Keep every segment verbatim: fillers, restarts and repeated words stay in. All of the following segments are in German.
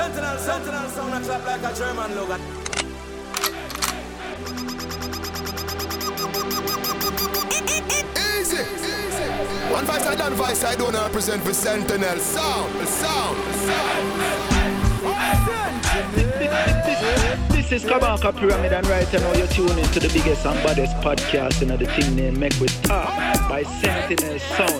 Sentinel, Sentinel sound a clap like a German logo. Easy, easy. One vice side and vice side don't represent for Sentinel sound, sound, sound. This is Kabaka Pyramid, and right now you're tuning to the biggest and baddest podcast in the thing named Make We Talk by Sentinel Sound.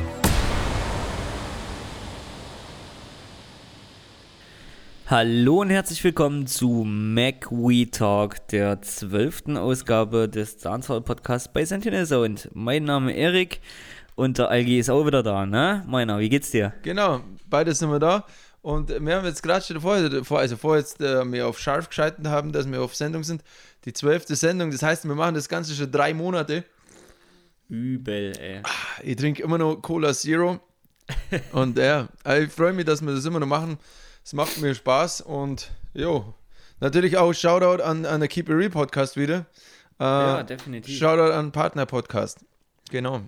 Hallo und herzlich willkommen zu Make We Talk, der zwölften Ausgabe des Dancehall-Podcasts bei Sentinel Sound. Mein Name ist Erik und der Algi ist auch wieder da, ne? Meiner, wie geht's dir? Genau, beide sind wir da und wir haben jetzt gerade schon vorher, also vorher jetzt äh, wir auf Scharf geschalten haben, dass wir auf Sendung sind, die zwölfte Sendung, das heißt, wir machen das Ganze schon drei Monate. Übel, ey. Ich trinke immer noch Cola Zero und ja, ich freue mich, dass wir das immer noch machen. Es macht mir Spaß und jo, natürlich auch Shoutout an, an der Keep It Real Podcast wieder. Äh, ja, definitiv. Shoutout an Partner Podcast. Genau.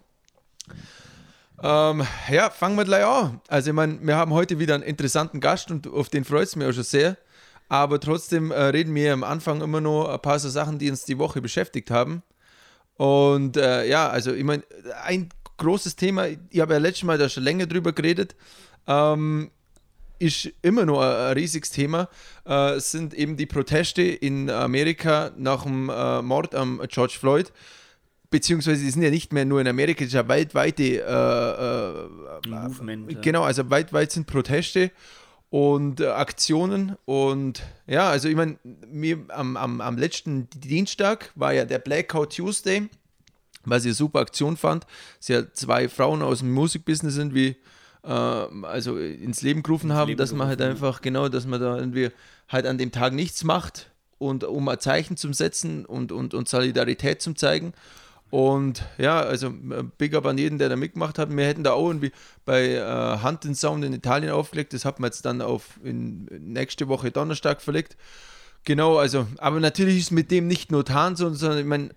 Ähm, ja, fangen wir gleich an. Also ich meine, wir haben heute wieder einen interessanten Gast und auf den freut es mich auch schon sehr. Aber trotzdem äh, reden wir am Anfang immer noch ein paar so Sachen, die uns die Woche beschäftigt haben. Und äh, ja, also ich meine, ein großes Thema, ich habe ja letztes Mal da schon länger drüber geredet, ähm, ist immer noch ein, ein riesiges Thema, äh, sind eben die Proteste in Amerika nach dem äh, Mord am George Floyd, beziehungsweise die sind ja nicht mehr nur in Amerika, das ist ja weltweite äh, äh, Movement. Genau, also weltweit sind Proteste und äh, Aktionen und ja, also ich meine, am, am, am letzten Dienstag war ja der Blackout Tuesday, was ich eine super Aktion fand. Es ja zwei Frauen aus dem Musikbusiness sind, wie also ins Leben gerufen haben, Leben dass man halt gerufen, einfach, genau, dass man da irgendwie halt an dem Tag nichts macht und um ein Zeichen zu setzen und, und, und Solidarität zu zeigen. Und ja, also big up an jeden, der da mitgemacht hat. Wir hätten da auch irgendwie bei äh, Hunt and Sound in Italien aufgelegt, das hat man jetzt dann auf in, nächste Woche Donnerstag verlegt. Genau, also, aber natürlich ist mit dem nicht nur Tarn, sondern ich meine,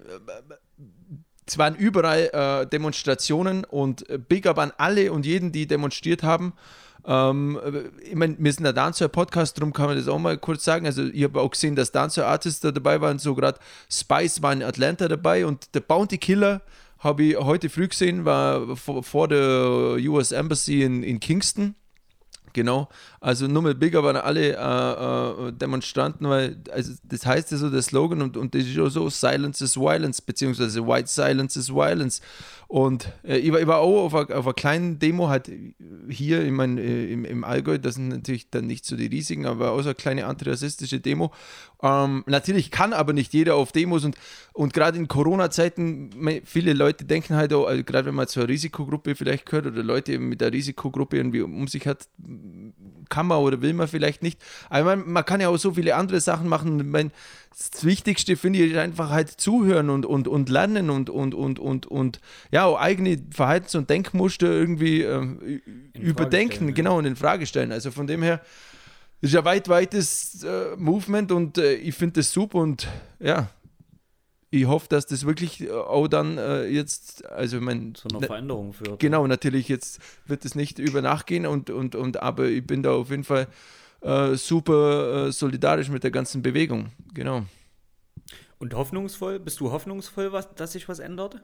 es waren überall äh, Demonstrationen und äh, big up an alle und jeden, die demonstriert haben. Ähm, ich meine, wir sind ein Dancehall-Podcast, darum kann man das auch mal kurz sagen. Also ich habe auch gesehen, dass Dancehall-Artists da dabei waren, so gerade Spice war in Atlanta dabei und der Bounty Killer habe ich heute früh gesehen, war vor, vor der U S Embassy in, in Kingston. Genau, also nur mit Big Up an alle äh, äh, Demonstranten, weil also das heißt ja so, der Slogan und, und das ist ja so, Silence is Violence, beziehungsweise White Silence is Violence. Und äh, ich, war, ich war auch auf einer, auf einer kleinen Demo halt hier, ich meine, äh, im, im Allgäu, das sind natürlich dann nicht so die riesigen, aber auch so eine kleine antirassistische Demo. Ähm, natürlich kann aber nicht jeder auf Demos und, und gerade in Corona-Zeiten, viele Leute denken halt auch, also gerade wenn man zur Risikogruppe vielleicht gehört oder Leute eben mit der Risikogruppe irgendwie um sich hat, kann man oder will man vielleicht nicht. Aber man, man kann ja auch so viele andere Sachen machen. Mein, das Wichtigste finde ich einfach halt zuhören und, und, und lernen und, und, und, und, und ja, auch eigene Verhaltens- und Denkmuster irgendwie ähm, überdenken, ja. Genau, und in Frage stellen. Also von dem her ist ja weit, weites äh, Movement und äh, ich finde das super und ja, ich hoffe, dass das wirklich auch dann äh, jetzt, also ich meine, zu einer Veränderung führt. Genau, natürlich, jetzt wird es nicht über Nacht gehen, und, und, und, aber ich bin da auf jeden Fall äh, super äh, solidarisch mit der ganzen Bewegung, genau. Und hoffnungsvoll? Bist du hoffnungsvoll, was, dass sich was ändert?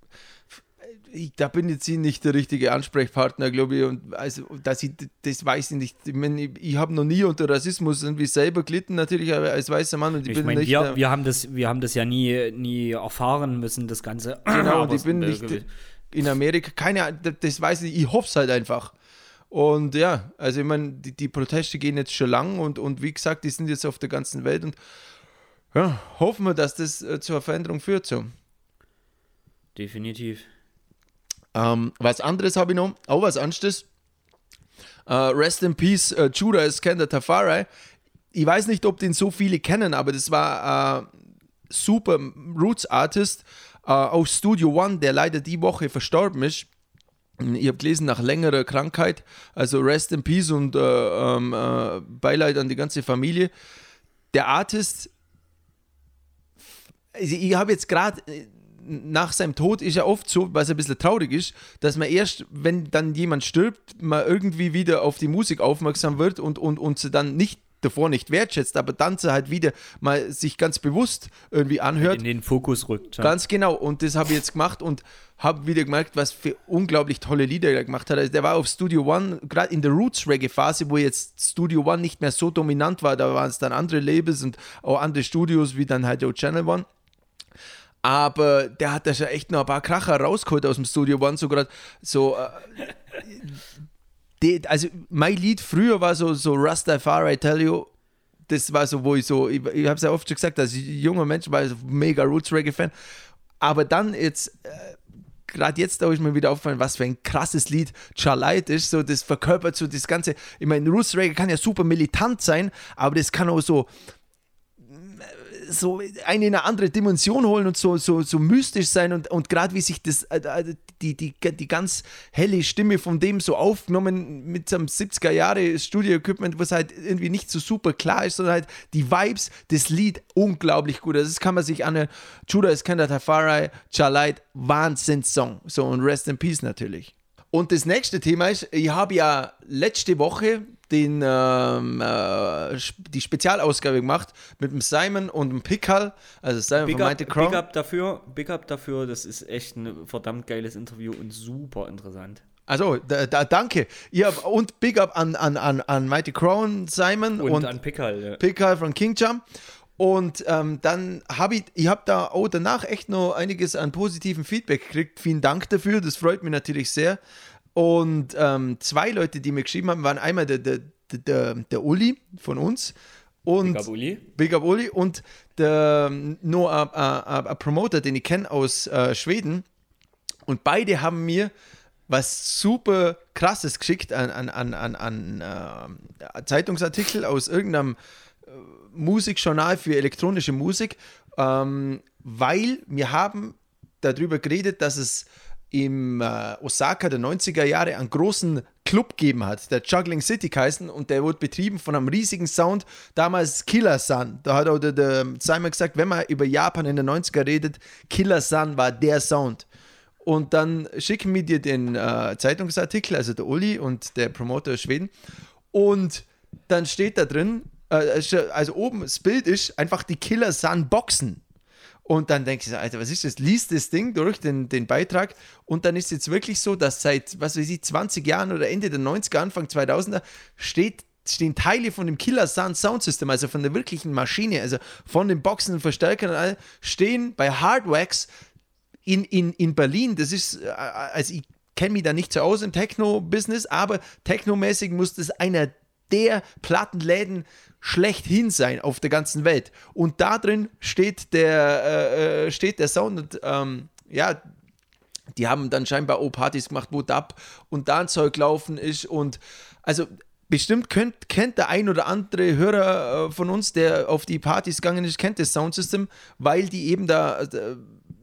Ich, da bin jetzt ich nicht der richtige Ansprechpartner, glaube ich, und also, dass ich, das weiß ich nicht. Ich, mein, ich, ich habe noch nie unter Rassismus irgendwie selber gelitten, natürlich als weißer Mann. Und ich ich bin meine, nicht, wir, wir, haben das, wir haben das ja nie, nie erfahren müssen, das Ganze. Genau, und ich bin nicht in Amerika, keine Ahnung, das weiß ich, ich hoffe es halt einfach. Und ja, also ich meine, die, die Proteste gehen jetzt schon lang und, und wie gesagt, die sind jetzt auf der ganzen Welt und ja, hoffen wir, dass das äh, zur Veränderung führt. So. Definitiv. Ähm, was anderes habe ich noch, auch was anderes. Uh, Rest in Peace, uh, Judah Iskandar Tafari. Ich weiß nicht, ob den so viele kennen, aber das war ein uh, super Roots-Artist uh, aus Studio One, der leider die Woche verstorben ist. Ich habe gelesen, nach längerer Krankheit, also Rest in Peace und uh, um, uh, Beileid an die ganze Familie. Der Artist, also ich habe jetzt gerade nach seinem Tod ist ja oft so, was ein bisschen traurig ist, dass man erst, wenn dann jemand stirbt, man irgendwie wieder auf die Musik aufmerksam wird und, und, und sie dann nicht davor nicht wertschätzt, aber dann so halt wieder mal sich ganz bewusst irgendwie anhört. In den Fokus rückt. Ja. Ganz genau. Und das habe ich jetzt gemacht und habe wieder gemerkt, was für unglaublich tolle Lieder er gemacht hat. Also der war auf Studio One, gerade in der Roots-Reggae-Phase, wo jetzt Studio One nicht mehr so dominant war, da waren es dann andere Labels und auch andere Studios, wie dann halt auch Channel One. Aber der hat da schon echt noch ein paar Kracher rausgeholt aus dem Studio One, so gerade so... Äh, die, also mein Lied früher war so, so Rastafari, Tell You, das war so, wo ich so, ich, ich habe es ja oft schon gesagt, als junger Mensch war ich so mega Roots-Reggae-Fan, aber dann jetzt... Äh, gerade jetzt da ist mir wieder aufgefallen, was für ein krasses Lied Charlight ist, so das verkörpert so das Ganze, ich meine, Roots Reggae kann ja super militant sein, aber das kann auch so so eine in eine andere Dimension holen und so, so, so mystisch sein und, und gerade wie sich das, äh, die, die, die ganz helle Stimme von dem so aufgenommen mit so einem siebziger Jahre Studio-Equipment, was halt irgendwie nicht so super klar ist, sondern halt die Vibes, das Lied unglaublich gut. Also das kann man sich anhören. Judah Iskandar Tafari, Charlight, Wahnsinns-Song. So und Rest in Peace natürlich. Und das nächste Thema ist, ich habe ja letzte Woche den, ähm, äh, die Spezialausgabe gemacht mit dem Simon und dem Pickal, also Simon Big von up, Mighty Crown. Big up dafür, Big up dafür, das ist echt ein verdammt geiles Interview und super interessant. Also, da, da, danke. Ihr habt, und Big up an, an, an, an Mighty Crown, Simon Und, und, an Pickal. Ja. Pickal von King Jump. Und ähm, dann habe ich, ich habe da auch danach echt noch einiges an positiven Feedback gekriegt. Vielen Dank dafür, das freut mich natürlich sehr. Und ähm, zwei Leute, die mir geschrieben haben, waren einmal der, der, der, der Uli von uns und Big up Uli. Big up Uli und der noch ein Promoter, den ich kenne aus äh, Schweden. Und beide haben mir was super krasses geschickt an, an, an, an, an äh, Zeitungsartikel aus irgendeinem äh, Musikjournal für elektronische Musik, ähm, weil wir haben darüber geredet, dass es im äh, Osaka der neunziger Jahre einen großen Club gegeben hat, der Juggling City geheißen, und der wurde betrieben von einem riesigen Sound, damals Killer Sun. Da hat auch der, der Simon gesagt, wenn man über Japan in den neunziger redet, Killer Sun war der Sound. Und dann schicken wir dir den äh, Zeitungsartikel, also der Uli und der Promoter aus Schweden, und dann steht da drin, äh, also oben das Bild ist einfach die Killer Sun Boxen. Und dann denke ich so, Alter, was ist das? Lies das Ding durch, den, den Beitrag. Und dann ist es jetzt wirklich so, dass seit, was weiß ich, zwanzig Jahren oder Ende der neunziger, Anfang zweitausender steht, stehen Teile von dem Killer Sound Sound System, also von der wirklichen Maschine, also von den Boxen und Verstärkern und all, stehen bei Hardwax in, in, in Berlin. Das ist, also ich kenne mich da nicht so aus im Techno-Business, aber technomäßig muss das einer der Plattenläden schlechthin sein auf der ganzen Welt. Und da drin steht der, äh, steht der Sound und ähm, ja, die haben dann scheinbar auch Partys gemacht, wo Dub und Dancehall laufen ist und also bestimmt könnt, kennt der ein oder andere Hörer äh, von uns, der auf die Partys gegangen ist, kennt das Soundsystem, weil die eben da äh,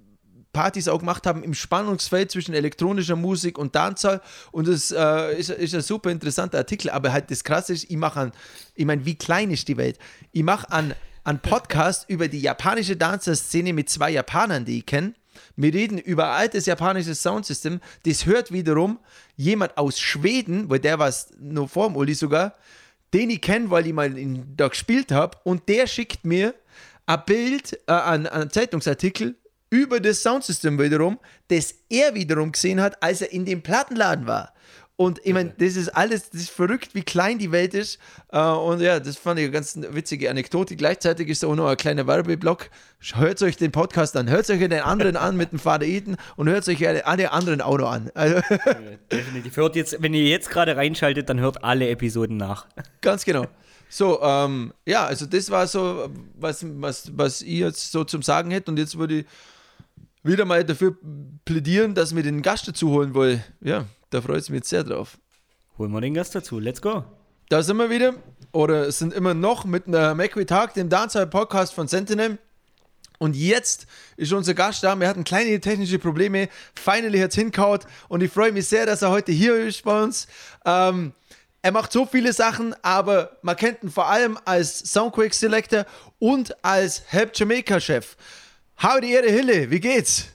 Partys auch gemacht haben im Spannungsfeld zwischen elektronischer Musik und Dancehall, und das äh, ist, ist ein super interessanter Artikel, aber halt das Krasse ist, ich mache an, ich meine, wie klein ist die Welt? Ich mache an, an Podcast über die japanische Dancehall-Szene mit zwei Japanern, die ich kenne. Wir reden über altes japanisches Soundsystem, das hört wiederum jemand aus Schweden, weil der war es noch vor dem Uli sogar, den ich kenne, weil ich mal in, da gespielt habe, und der schickt mir ein Bild, äh, einen, einen Zeitungsartikel über das Soundsystem wiederum, das er wiederum gesehen hat, als er in dem Plattenladen war. Und ich meine, das ist alles, das ist verrückt, wie klein die Welt ist. Und ja, das fand ich eine ganz witzige Anekdote. Gleichzeitig ist auch noch ein kleiner Werbeblock. Hört euch den Podcast an, hört euch den anderen an mit dem Vater Eden und hört euch alle anderen auch noch an. Also ja, definitiv. Hört jetzt, wenn ihr jetzt gerade reinschaltet, dann hört alle Episoden nach. Ganz genau. So, ähm, ja, also das war so, was, was, was ich jetzt so zum Sagen hätte, und jetzt würde ich wieder mal dafür plädieren, dass wir den Gast dazu holen wollen. Ja, da freut es mich jetzt sehr drauf. Holen wir den Gast dazu, let's go. Da sind wir wieder, oder sind immer noch mit einer Mac We Talk, dem Dancehall-Podcast von Sentinel. Und jetzt ist unser Gast da. Wir hatten kleine technische Probleme. Finally hat es hingehauen, und ich freue mich sehr, dass er heute hier ist bei uns. Ähm, er macht so viele Sachen, aber man kennt ihn vor allem als Soundquake Selector und als Help Jamaica Chef. Habe die Ehre, Hille, wie geht's?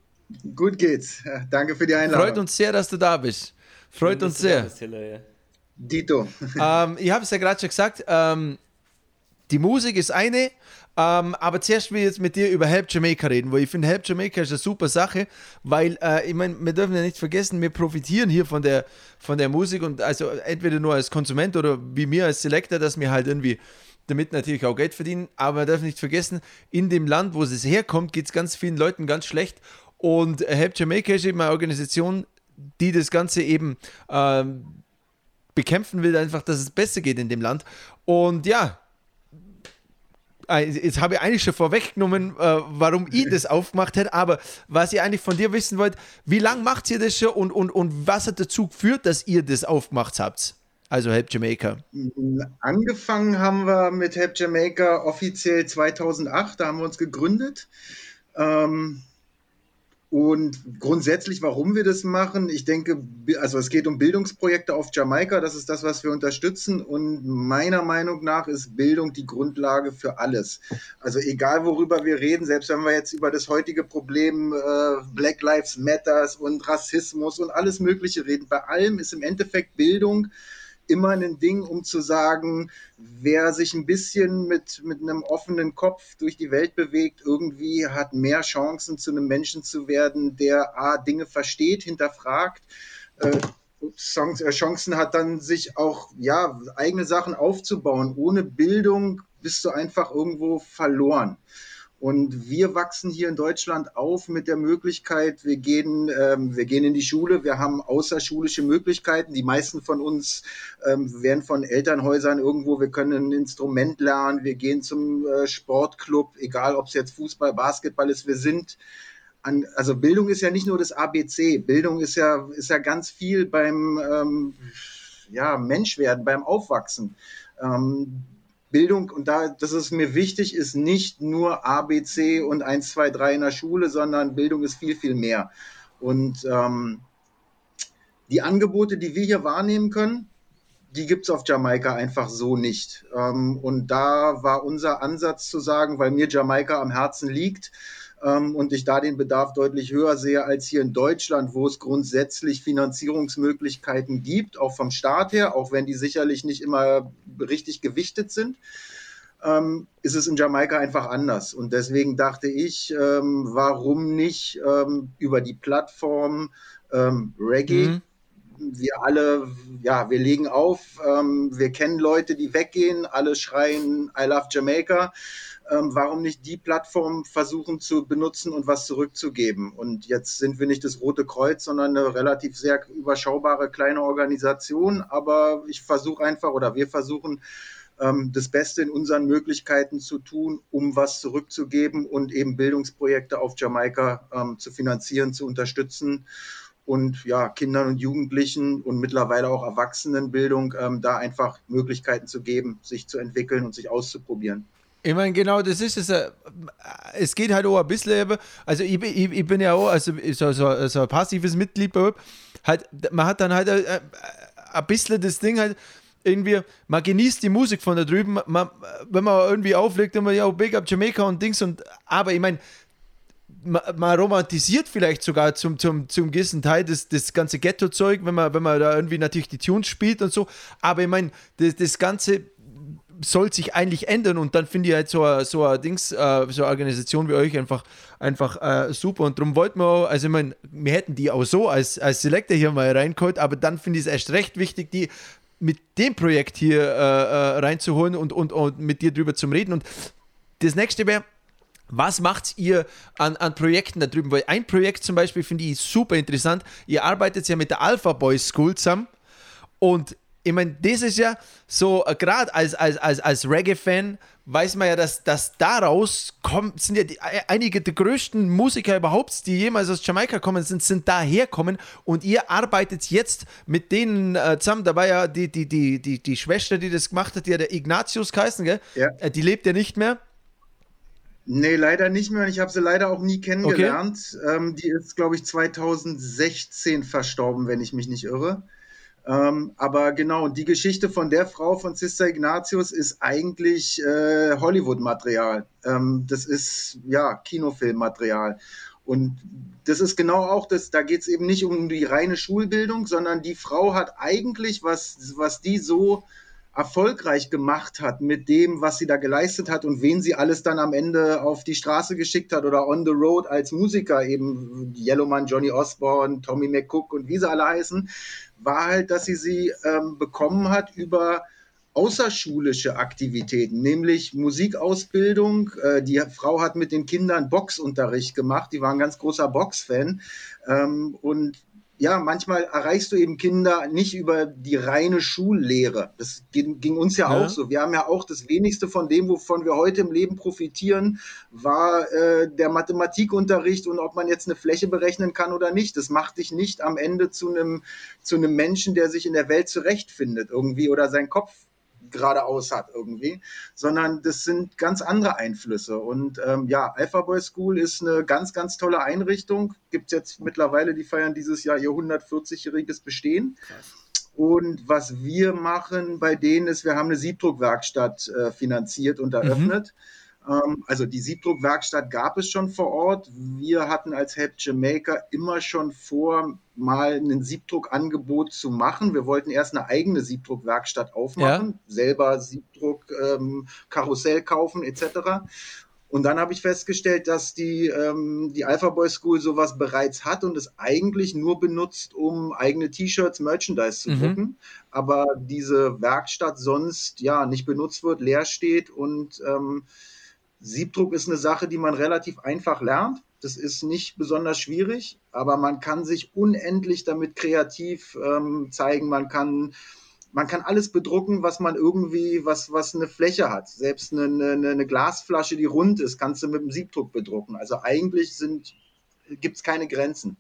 Gut geht's. Ja, danke für die Einladung. Freut uns sehr, dass du da bist. Freut Schön, uns sehr. Bist, Hille, ja. Dito. ähm, ich habe es ja gerade schon gesagt, ähm, die Musik ist eine, ähm, aber zuerst will ich jetzt mit dir über Help Jamaica reden, weil ich finde, Help Jamaica ist eine super Sache, weil, äh, ich meine, wir dürfen ja nicht vergessen, wir profitieren hier von der, von der Musik und also entweder nur als Konsument oder wie mir als Selector, dass wir halt irgendwie damit natürlich auch Geld verdienen, aber wir dürfen nicht vergessen, in dem Land, wo es herkommt, geht es ganz vielen Leuten ganz schlecht und Help Jamaica ist eben eine Organisation, die das Ganze eben ähm, bekämpfen will, einfach, dass es besser geht in dem Land und ja, jetzt habe ich eigentlich schon vorweggenommen, äh, warum ich das aufgemacht hätte, aber was ich eigentlich von dir wissen wollte, wie lange macht ihr das schon und, und, und was hat dazu geführt, dass ihr das aufgemacht habt? Also Help Jamaica. Angefangen haben wir mit Help Jamaica offiziell zweitausendacht, da haben wir uns gegründet. Ähm, Und grundsätzlich, warum wir das machen, ich denke, also es geht um Bildungsprojekte auf Jamaika, das ist das, was wir unterstützen und meiner Meinung nach ist Bildung die Grundlage für alles. Also egal, worüber wir reden, selbst wenn wir jetzt über das heutige Problem äh, Black Lives Matters und Rassismus und alles Mögliche reden, bei allem ist im Endeffekt Bildung immer ein Ding, um zu sagen, wer sich ein bisschen mit, mit einem offenen Kopf durch die Welt bewegt, irgendwie hat mehr Chancen, zu einem Menschen zu werden, der A, Dinge versteht, hinterfragt, äh, Chancen, äh, Chancen hat dann, sich auch ja, eigene Sachen aufzubauen. Ohne Bildung bist du einfach irgendwo verloren. Und wir wachsen hier in Deutschland auf mit der Möglichkeit, wir gehen, ähm, wir gehen in die Schule, wir haben außerschulische Möglichkeiten. Die meisten von uns ähm, werden von Elternhäusern irgendwo, wir können ein Instrument lernen, wir gehen zum äh, Sportclub, egal ob es jetzt Fußball, Basketball ist, wir sind an, also Bildung ist ja nicht nur das A B C, Bildung ist ja, ist ja ganz viel beim ähm, ja, Menschwerden, beim Aufwachsen. Ähm, Bildung, und da, das ist mir wichtig, ist nicht nur A, B, C und eins, zwei, drei in der Schule, sondern Bildung ist viel, viel mehr. Und ähm, die Angebote, die wir hier wahrnehmen können, die gibt es auf Jamaika einfach so nicht. Ähm, und da war unser Ansatz zu sagen, weil mir Jamaika am Herzen liegt, und ich da den Bedarf deutlich höher sehe als hier in Deutschland, wo es grundsätzlich Finanzierungsmöglichkeiten gibt, auch vom Staat her, auch wenn die sicherlich nicht immer richtig gewichtet sind, ähm, ist es in Jamaika einfach anders. Und deswegen dachte ich, ähm, warum nicht ähm, über die Plattform ähm, Reggae, mhm. Wir alle, ja, wir legen auf, ähm, wir kennen Leute, die weggehen, alle schreien I love Jamaica. Ähm, warum nicht die Plattform versuchen zu benutzen und was zurückzugeben? Und jetzt sind wir nicht das Rote Kreuz, sondern eine relativ sehr überschaubare kleine Organisation. Aber ich versuche einfach, oder wir versuchen, ähm, das Beste in unseren Möglichkeiten zu tun, um was zurückzugeben und eben Bildungsprojekte auf Jamaika ähm, zu finanzieren, zu unterstützen. Und ja, Kindern und Jugendlichen und mittlerweile auch Erwachsenenbildung, ähm, da einfach Möglichkeiten zu geben, sich zu entwickeln und sich auszuprobieren. Ich meine, genau, das ist es. Es geht halt auch ein bisschen, also ich, ich, ich bin ja auch also so, so, so ein passives Mitglied bei euch. Halt, man hat dann halt ein, ein bisschen das Ding halt, irgendwie, man genießt die Musik von da drüben, man, wenn man irgendwie auflegt, immer, ja, Big Up Jamaica und Dings und, aber ich meine, man, man romantisiert vielleicht sogar zum, zum, zum gewissen Teil das, das ganze Ghetto-Zeug, wenn man, wenn man da irgendwie natürlich die Tunes spielt und so, aber ich meine, das, das Ganze soll sich eigentlich ändern und dann finde ich halt so ein so ein Dings, äh, so eine Organisation wie euch einfach, einfach äh, super und darum wollten wir auch, also ich meine, wir hätten die auch so als, als Selector hier mal reingeholt, aber dann finde ich es erst recht wichtig, die mit dem Projekt hier äh, äh, reinzuholen und, und, und mit dir drüber zu reden und das nächste wäre, was macht ihr an, an Projekten da drüben? Weil ein Projekt zum Beispiel finde ich super interessant, ihr arbeitet ja mit der Alpha Boys School zusammen und ich meine, das ist ja so, äh, gerade als, als, als, als Reggae-Fan weiß man ja, dass, dass daraus kommen, sind ja die, einige der größten Musiker überhaupt, die jemals aus Jamaika kommen, sind, sind daherkommen und ihr arbeitet jetzt mit denen äh, zusammen. Da war ja die, die, die, die, die Schwester, die das gemacht hat, die hat der Ignatius geheißen, gell? Ja. Äh, die lebt ja nicht mehr. Nee, leider nicht mehr und ich habe sie leider auch nie kennengelernt. Okay. Ähm, die ist, glaube ich, zweitausendsechzehn verstorben, wenn ich mich nicht irre. Ähm, aber genau, und die Geschichte von der Frau von Sister Ignatius ist eigentlich äh, Hollywood-Material. Ähm, das ist, ja, Kinofilmmaterial. Und das ist genau auch das, da geht es eben nicht um die reine Schulbildung, sondern die Frau hat eigentlich, was, was die so erfolgreich gemacht hat mit dem, was sie da geleistet hat und wen sie alles dann am Ende auf die Straße geschickt hat oder on the road als Musiker, eben Yellowman, Johnny Osborne, Tommy McCook und wie sie alle heißen, war halt, dass sie sie ähm, bekommen hat über außerschulische Aktivitäten, nämlich Musikausbildung. Äh, die Frau hat mit den Kindern Boxunterricht gemacht, die war ein ganz großer Boxfan ähm, und ja, manchmal erreichst du eben Kinder nicht über die reine Schullehre. Das ging, ging uns ja, ja auch so. Wir haben ja auch das wenigste von dem, wovon wir heute im Leben profitieren, war äh, der Mathematikunterricht und ob man jetzt eine Fläche berechnen kann oder nicht. Das macht dich nicht am Ende zu einem zu einem Menschen, der sich in der Welt zurechtfindet irgendwie oder seinen Kopf geradeaus hat irgendwie, sondern das sind ganz andere Einflüsse. Und ähm, ja, Alpha Boy School ist eine ganz, ganz tolle Einrichtung. Gibt es jetzt mittlerweile, die feiern dieses Jahr ihr hundertvierzig-jähriges Bestehen. Und was wir machen bei denen ist, wir haben eine Siebdruckwerkstatt äh, finanziert und eröffnet. Mhm. Ähm, also die Siebdruckwerkstatt gab es schon vor Ort. Wir hatten als Help Jamaica immer schon vor, mal ein Siebdruckangebot zu machen. Wir wollten erst eine eigene Siebdruckwerkstatt aufmachen, ja. selber Siebdruck, ähm, Karussell kaufen et cetera. Und dann habe ich festgestellt, dass die, ähm, die Alpha Boy School sowas bereits hat und es eigentlich nur benutzt, um eigene T-Shirts, Merchandise zu drucken. Mhm. Aber diese Werkstatt sonst ja nicht benutzt wird, leer steht. Und ähm, Siebdruck ist eine Sache, die man relativ einfach lernt. Das ist nicht besonders schwierig, aber man kann sich unendlich damit kreativ ähm, zeigen. Man kann, man kann alles bedrucken, was man irgendwie, was, was eine Fläche hat. Selbst eine, eine, eine Glasflasche, die rund ist, kannst du mit dem Siebdruck bedrucken. Also eigentlich gibt es keine Grenzen.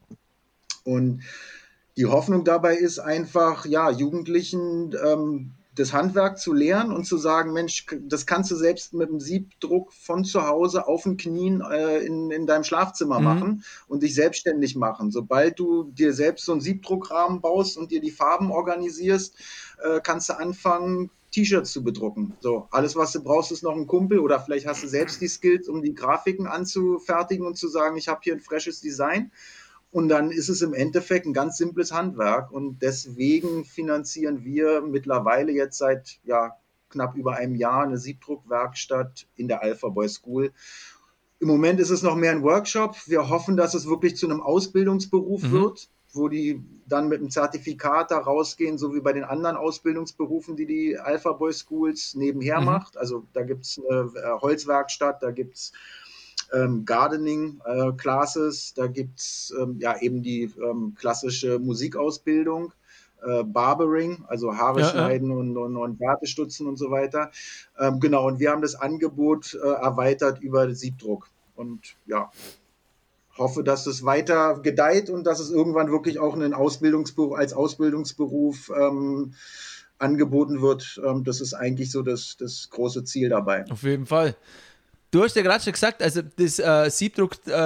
Und die Hoffnung dabei ist einfach, ja, Jugendlichen ähm, das Handwerk zu lernen und zu sagen, Mensch, das kannst du selbst mit dem Siebdruck von zu Hause auf den Knien äh, in, in deinem Schlafzimmer mhm. machen und dich selbstständig machen. Sobald du dir selbst so einen Siebdruckrahmen baust und dir die Farben organisierst, äh, kannst du anfangen, T-Shirts zu bedrucken. So, alles, was du brauchst, ist noch ein Kumpel oder vielleicht hast du selbst die Skills, um die Grafiken anzufertigen und zu sagen, ich habe hier ein freshes Design. Und dann ist es im Endeffekt ein ganz simples Handwerk. Und deswegen finanzieren wir mittlerweile jetzt seit ja, knapp über einem Jahr eine Siebdruckwerkstatt in der Alpha Boy School. Im Moment ist es noch mehr ein Workshop. Wir hoffen, dass es wirklich zu einem Ausbildungsberuf mhm. wird, wo die dann mit einem Zertifikat da rausgehen, so wie bei den anderen Ausbildungsberufen, die die Alpha Boy Schools nebenher mhm. macht. Also da gibt es eine Holzwerkstatt, da gibt es Ähm, Gardening äh, Classes, da gibt es ähm, ja eben die ähm, klassische Musikausbildung, äh, Barbering, also Haare ja, schneiden ja. Und, und, und Bärte stutzen und so weiter. Ähm, genau, und wir haben das Angebot äh, erweitert über Siebdruck und ja, hoffe, dass es weiter gedeiht und dass es irgendwann wirklich auch einen Ausbildungsberuf, als Ausbildungsberuf ähm, angeboten wird. Ähm, das ist eigentlich so das, das große Ziel dabei. Auf jeden Fall. Du hast ja gerade schon gesagt, also das äh, Siebdruck, äh,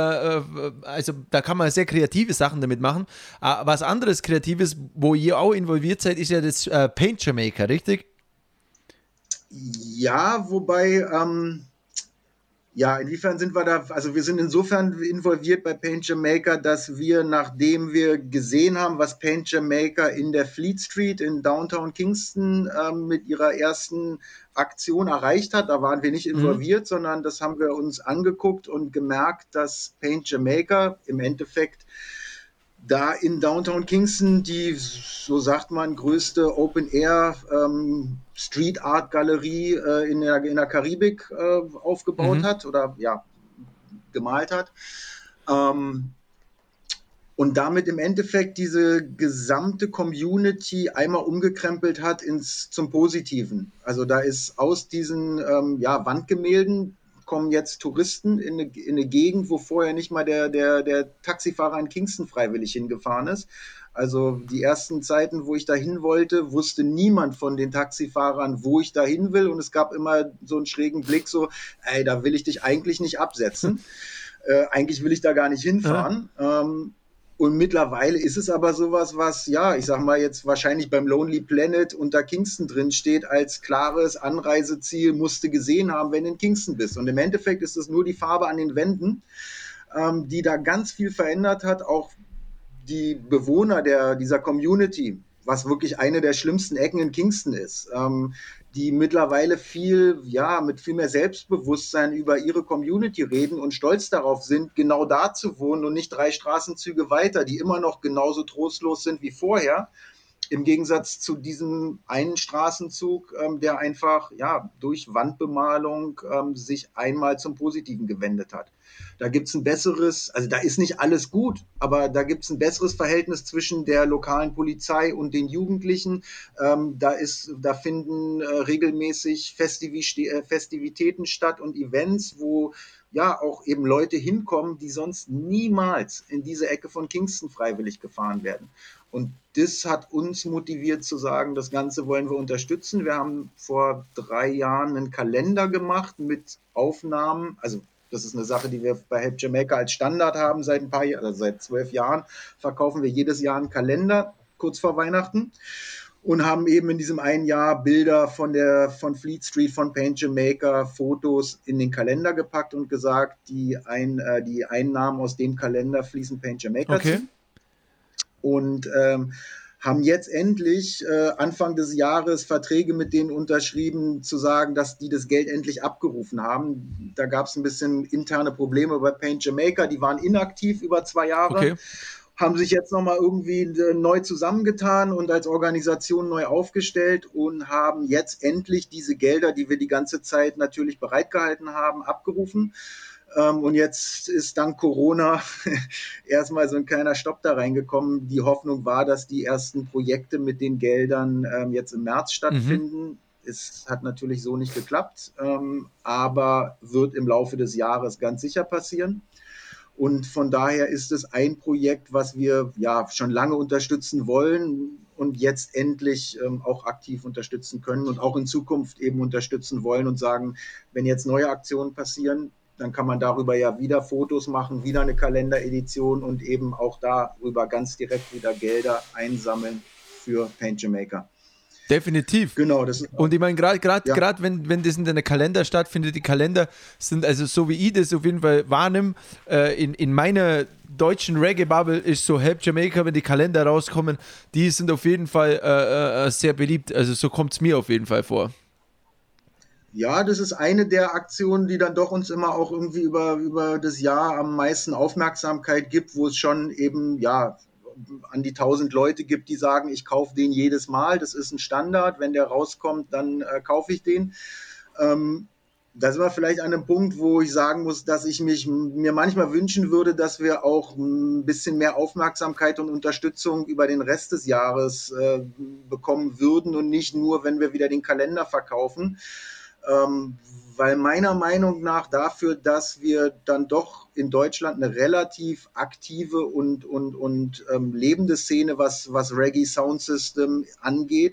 also da kann man sehr kreative Sachen damit machen. Äh, was anderes Kreatives, wo ihr auch involviert seid, ist ja das äh, Paint Jamaica, richtig? Ja, wobei, ähm, ja, inwiefern sind wir da, also wir sind insofern involviert bei Paint Jamaica, dass wir, nachdem wir gesehen haben, was Paint Jamaica in der Fleet Street in Downtown Kingston ähm, mit ihrer ersten Aktion erreicht hat, da waren wir nicht involviert, mhm. sondern das haben wir uns angeguckt und gemerkt, dass Paint Jamaica im Endeffekt da in Downtown Kingston die, so sagt man, größte Open-Air ähm, Street Art Galerie äh, in, der, in der Karibik äh, aufgebaut mhm. hat oder ja, gemalt hat. Ähm, und damit im Endeffekt diese gesamte Community einmal umgekrempelt hat ins, zum Positiven. Also da ist aus diesen ähm, ja, Wandgemälden kommen jetzt Touristen in eine, in eine Gegend, wo vorher nicht mal der, der, der Taxifahrer in Kingston freiwillig hingefahren ist. Also die ersten Zeiten, wo ich da hin wollte, wusste niemand von den Taxifahrern, wo ich da hin will. Und es gab immer so einen schrägen Blick, so, ey, da will ich dich eigentlich nicht absetzen. äh, eigentlich will ich da gar nicht hinfahren. Ja. Ähm, Und mittlerweile ist es aber sowas, was, ja, ich sag mal jetzt wahrscheinlich beim Lonely Planet unter Kingston drin steht, als klares Anreiseziel, musst du gesehen haben, wenn du in Kingston bist. Und im Endeffekt ist es nur die Farbe an den Wänden. ähm, die da ganz viel verändert hat, auch die Bewohner der, dieser Community, was wirklich eine der schlimmsten Ecken in Kingston ist, ähm, die mittlerweile viel, ja, mit viel mehr Selbstbewusstsein über ihre Community reden und stolz darauf sind, genau da zu wohnen und nicht drei Straßenzüge weiter, die immer noch genauso trostlos sind wie vorher. Im Gegensatz zu diesem einen Straßenzug, ähm, der einfach ja, durch Wandbemalung ähm, sich einmal zum Positiven gewendet hat. Da gibt es ein besseres, also da ist nicht alles gut, aber da gibt es ein besseres Verhältnis zwischen der lokalen Polizei und den Jugendlichen. Ähm, da, ist, da finden äh, regelmäßig Festivi- äh, Festivitäten statt und Events, wo ja auch eben Leute hinkommen, die sonst niemals in diese Ecke von Kingston freiwillig gefahren werden. Und das hat uns motiviert zu sagen, das Ganze wollen wir unterstützen. Wir haben vor drei Jahren einen Kalender gemacht mit Aufnahmen. Also das ist eine Sache, die wir bei Help Jamaica als Standard haben seit ein paar Jahren, also seit zwölf Jahren verkaufen wir jedes Jahr einen Kalender kurz vor Weihnachten und haben eben in diesem einen Jahr Bilder von der von Fleet Street, von Paint Jamaica, Fotos in den Kalender gepackt und gesagt, die, ein, äh, die Einnahmen aus dem Kalender fließen Paint Jamaica Okay. zu. Und ähm, haben jetzt endlich äh, Anfang des Jahres Verträge mit denen unterschrieben, zu sagen, dass die das Geld endlich abgerufen haben. Da gab es ein bisschen interne Probleme bei Paint Jamaica, die waren inaktiv über zwei Jahre, Okay. haben sich jetzt nochmal irgendwie äh, neu zusammengetan und als Organisation neu aufgestellt und haben jetzt endlich diese Gelder, die wir die ganze Zeit natürlich bereitgehalten haben, abgerufen. Ähm, und jetzt ist dank Corona erstmal so ein kleiner Stopp da reingekommen. Die Hoffnung war, dass die ersten Projekte mit den Geldern ähm, jetzt im März stattfinden. Mhm. Es hat natürlich so nicht geklappt, ähm, aber wird im Laufe des Jahres ganz sicher passieren. Und von daher ist es ein Projekt, was wir ja schon lange unterstützen wollen und jetzt endlich ähm, auch aktiv unterstützen können und auch in Zukunft eben unterstützen wollen und sagen, wenn jetzt neue Aktionen passieren, dann kann man darüber ja wieder Fotos machen, wieder eine Kalenderedition und eben auch darüber ganz direkt wieder Gelder einsammeln für Paint Jamaica. Definitiv. Genau, das ist und ich meine, gerade gerade ja. gerade wenn, wenn das in deiner Kalender stattfindet, die Kalender sind, also so wie ich das auf jeden Fall wahrnehme, äh, in, in meiner deutschen Reggae-Bubble ist so Help Jamaica, wenn die Kalender rauskommen, die sind auf jeden Fall äh, äh, sehr beliebt. Also so kommt es mir auf jeden Fall vor. Ja, das ist eine der Aktionen, die dann doch uns immer auch irgendwie über, über das Jahr am meisten Aufmerksamkeit gibt, wo es schon eben, ja, an die tausend Leute gibt, die sagen, ich kaufe den jedes Mal, das ist ein Standard, wenn der rauskommt, dann äh, kaufe ich den. Ähm, da sind wir vielleicht an einem Punkt, wo ich sagen muss, dass ich mich mir manchmal wünschen würde, dass wir auch ein bisschen mehr Aufmerksamkeit und Unterstützung über den Rest des Jahres äh, bekommen würden und nicht nur, wenn wir wieder den Kalender verkaufen. Ähm, weil meiner Meinung nach dafür, dass wir dann doch in Deutschland eine relativ aktive und, und, und ähm, lebende Szene, was, was Reggae Sound System angeht,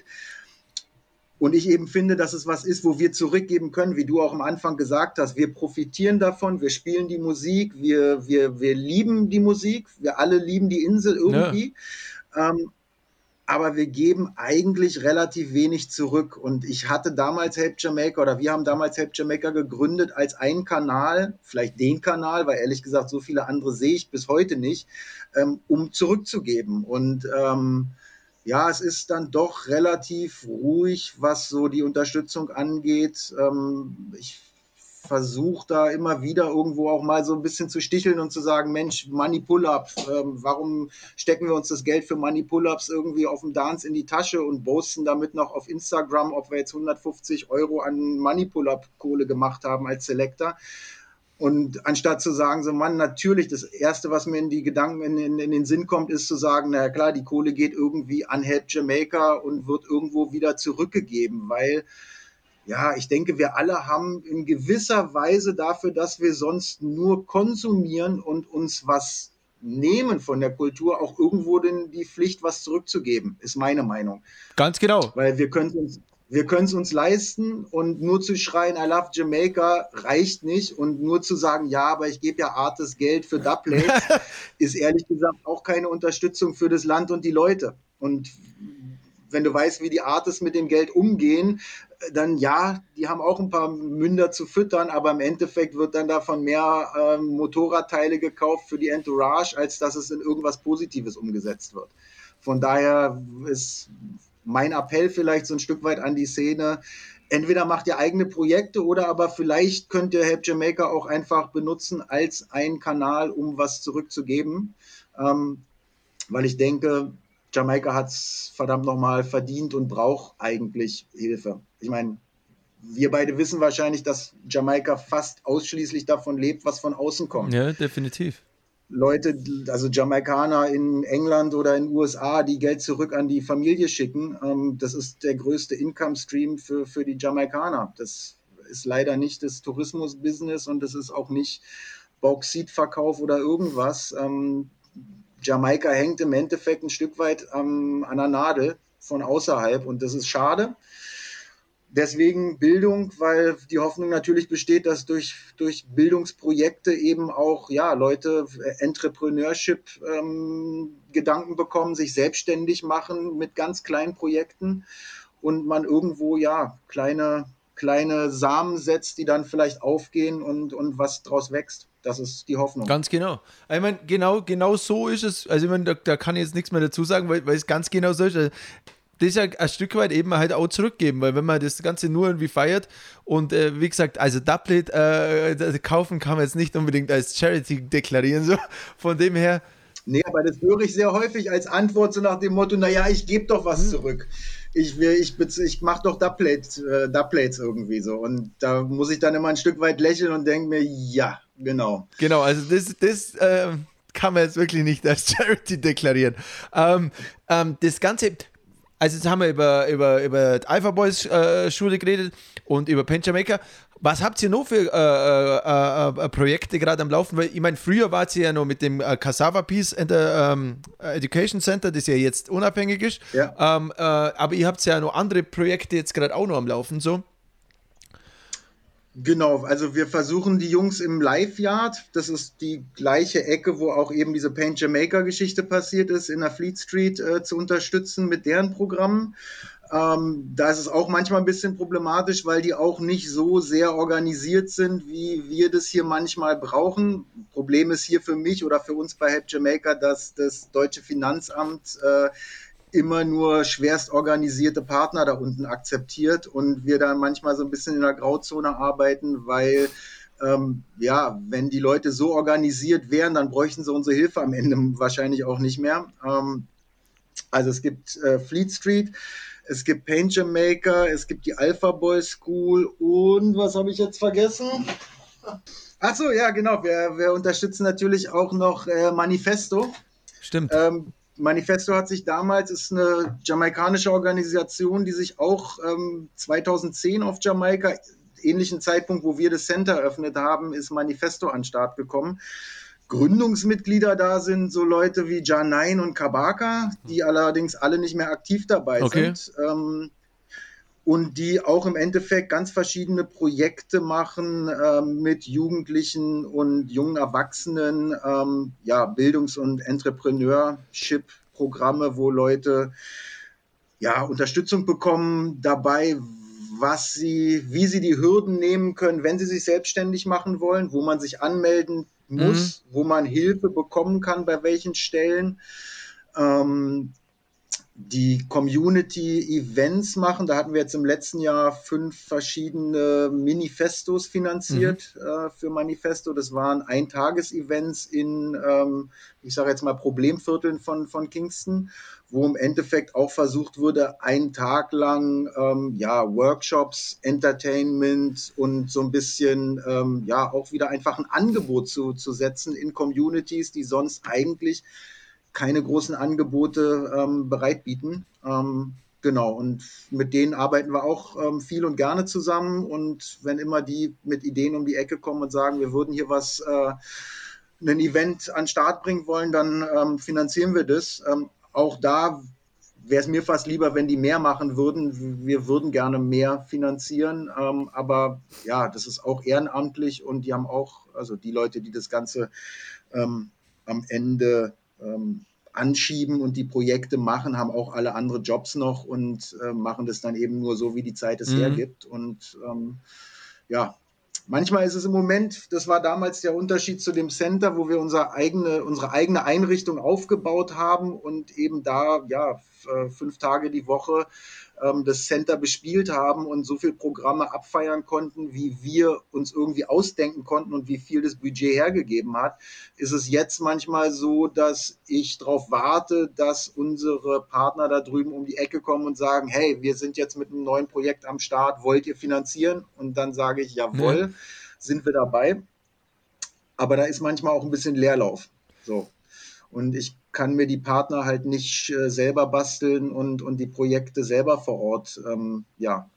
und ich eben finde, dass es was ist, wo wir zurückgeben können, wie du auch am Anfang gesagt hast. Wir profitieren davon, wir spielen die Musik, wir, wir, wir lieben die Musik, wir alle lieben die Insel irgendwie. Ja. Ähm, aber wir geben eigentlich relativ wenig zurück. Und ich hatte damals Help Jamaica oder wir haben damals Help Jamaica gegründet als einen Kanal, vielleicht den Kanal, weil ehrlich gesagt so viele andere sehe ich bis heute nicht, ähm, um zurückzugeben. Und ähm, ja, es ist dann doch relativ ruhig, was so die Unterstützung angeht. Ähm, ich versuche da immer wieder irgendwo auch mal so ein bisschen zu sticheln und zu sagen, Mensch, Money Pull-Up, ähm, warum stecken wir uns das Geld für Money Pull-Ups irgendwie auf dem Dance in die Tasche und posten damit noch auf Instagram, ob wir jetzt hundertfünfzig Euro an Money Pull-Up-Kohle gemacht haben als Selector. Und anstatt zu sagen, so Mann, natürlich, das Erste, was mir in die Gedanken, in, in, in den Sinn kommt, ist zu sagen, na klar, die Kohle geht irgendwie an Help Jamaica und wird irgendwo wieder zurückgegeben, weil ja, ich denke, wir alle haben in gewisser Weise dafür, dass wir sonst nur konsumieren und uns was nehmen von der Kultur, auch irgendwo den, die Pflicht, was zurückzugeben, ist meine Meinung. Ganz genau. Weil wir können uns Wir können es uns leisten und nur zu schreien, I love Jamaica, reicht nicht. Und nur zu sagen, ja, aber ich gebe ja Artists Geld für Dubplates, ist ehrlich gesagt auch keine Unterstützung für das Land und die Leute. Und wenn du weißt, wie die Artists mit dem Geld umgehen, dann ja, die haben auch ein paar Münder zu füttern, aber im Endeffekt wird dann davon mehr ähm, Motorradteile gekauft für die Entourage, als dass es in irgendwas Positives umgesetzt wird. Von daher ist mein Appell vielleicht so ein Stück weit an die Szene, entweder macht ihr eigene Projekte oder aber vielleicht könnt ihr Help Jamaica auch einfach benutzen als einen Kanal, um was zurückzugeben, ähm, weil ich denke, Jamaika hat es verdammt nochmal verdient und braucht eigentlich Hilfe. Ich meine, wir beide wissen wahrscheinlich, dass Jamaika fast ausschließlich davon lebt, was von außen kommt. Ja, definitiv. Leute, also Jamaikaner in England oder in den U S A, die Geld zurück an die Familie schicken, ähm, das ist der größte Income-Stream für, für die Jamaikaner. Das ist leider nicht das Tourismus-Business und das ist auch nicht Bauxitverkauf oder irgendwas. Ähm, Jamaika hängt im Endeffekt ein Stück weit ähm, an der Nadel von außerhalb und das ist schade. Deswegen Bildung, weil die Hoffnung natürlich besteht, dass durch, durch Bildungsprojekte eben auch ja, Leute Entrepreneurship-Gedanken ähm, bekommen, sich selbstständig machen mit ganz kleinen Projekten und man irgendwo ja kleine, kleine Samen setzt, die dann vielleicht aufgehen und, und was draus wächst. Das ist die Hoffnung. Ganz genau. Ich meine, genau, genau so ist es. Also ich meine, da, da kann ich jetzt nichts mehr dazu sagen, weil, weil es ganz genau so ist. Also, das ist ja ein Stück weit eben halt auch zurückgeben, weil wenn man das Ganze nur irgendwie feiert und äh, wie gesagt, also Doublet äh, kaufen kann man jetzt nicht unbedingt als Charity deklarieren, so von dem her. Nee, aber das höre ich sehr häufig als Antwort so nach dem Motto, naja, ich gebe doch was hm. zurück. Ich, ich, ich mache doch Doublet, äh, Doublets irgendwie so und da muss ich dann immer ein Stück weit lächeln und denke mir, ja, genau. Genau, also das, das äh, kann man jetzt wirklich nicht als Charity deklarieren. Ähm, ähm, das Ganze... Also jetzt haben wir über, über, über die Alpha Boys äh, Schule geredet und über Paint Jamaica. Was habt ihr noch für äh, äh, äh, Projekte gerade am Laufen? Weil ich meine, früher wart ihr ja noch mit dem äh, Cassava Peace and the, ähm, Education Center, das ja jetzt unabhängig ist. Ja. Ähm, äh, aber ihr habt ja noch andere Projekte jetzt gerade auch noch am Laufen, so. Genau, also wir versuchen die Jungs im Live-Yard, das ist die gleiche Ecke, wo auch eben diese Paint Jamaica-Geschichte passiert ist, in der Fleet Street äh, zu unterstützen mit deren Programmen. Ähm, da ist es auch manchmal ein bisschen problematisch, weil die auch nicht so sehr organisiert sind, wie wir das hier manchmal brauchen. Problem ist hier für mich oder für uns bei Help Jamaica, dass das deutsche Finanzamt äh, immer nur schwerst organisierte Partner da unten akzeptiert und wir dann manchmal so ein bisschen in der Grauzone arbeiten, weil ähm, ja, wenn die Leute so organisiert wären, dann bräuchten sie unsere Hilfe am Ende wahrscheinlich auch nicht mehr. Ähm, also es gibt äh, Fleet Street, es gibt Paint Jamaica, es gibt die Alpha Boy School und was habe ich jetzt vergessen? Ach so, ja genau, wir, wir unterstützen natürlich auch noch äh, Manifesto. Stimmt. Ähm, Manifesto hat sich damals, ist eine jamaikanische Organisation, die sich auch ähm, zweitausendzehn auf Jamaika, ähnlichen Zeitpunkt, wo wir das Center eröffnet haben, ist Manifesto an den Start gekommen. Gründungsmitglieder da sind so Leute wie Janain und Kabaka, die allerdings alle nicht mehr aktiv dabei okay. sind. Ähm, und die auch im Endeffekt ganz verschiedene Projekte machen ähm, mit Jugendlichen und jungen Erwachsenen, ähm, ja, Bildungs- und Entrepreneurship-Programme, wo Leute ja, Unterstützung bekommen dabei, was sie, wie sie die Hürden nehmen können, wenn sie sich selbstständig machen wollen, wo man sich anmelden muss, mhm. wo man Hilfe bekommen kann, bei welchen Stellen. Ähm, die Community-Events machen. Da hatten wir jetzt im letzten Jahr fünf verschiedene Manifestos finanziert mhm. äh, für Manifesto. Das waren Eintages-Events in, ähm, ich sage jetzt mal, Problemvierteln von, von Kingston, wo im Endeffekt auch versucht wurde, einen Tag lang ähm, ja, Workshops, Entertainment und so ein bisschen ähm, ja auch wieder einfach ein Angebot zu, zu setzen in Communities, die sonst eigentlich keine großen Angebote ähm, bereitbieten. Ähm, genau, und mit denen arbeiten wir auch ähm, viel und gerne zusammen. Und wenn immer die mit Ideen um die Ecke kommen und sagen, wir würden hier was, äh, ein Event an den Start bringen wollen, dann ähm, finanzieren wir das. Ähm, auch da wäre es mir fast lieber, wenn die mehr machen würden. Wir würden gerne mehr finanzieren. Ähm, aber ja, das ist auch ehrenamtlich und die haben auch, also die Leute, die das Ganze ähm, am Ende Ähm, anschieben und die Projekte machen, haben auch alle andere Jobs noch und äh, machen das dann eben nur so, wie die Zeit es Mhm. hergibt. Und ähm, ja, manchmal ist es im Moment, das war damals der Unterschied zu dem Center, wo wir unsere eigene, unsere eigene Einrichtung aufgebaut haben und eben da ja f- äh, fünf Tage die Woche ähm, das Center bespielt haben und so viele Programme abfeiern konnten, wie wir uns irgendwie ausdenken konnten und wie viel das Budget hergegeben hat, ist es jetzt manchmal so, dass ich darauf warte, dass unsere Partner da drüben um die Ecke kommen und sagen, hey, wir sind jetzt mit einem neuen Projekt am Start, wollt ihr finanzieren? Und dann sage ich, jawohl, Ja. sind wir dabei. Aber da ist manchmal auch ein bisschen Leerlauf. So. Und ich kann mir die Partner halt nicht äh, selber basteln und, und die Projekte selber vor Ort, ähm, ja,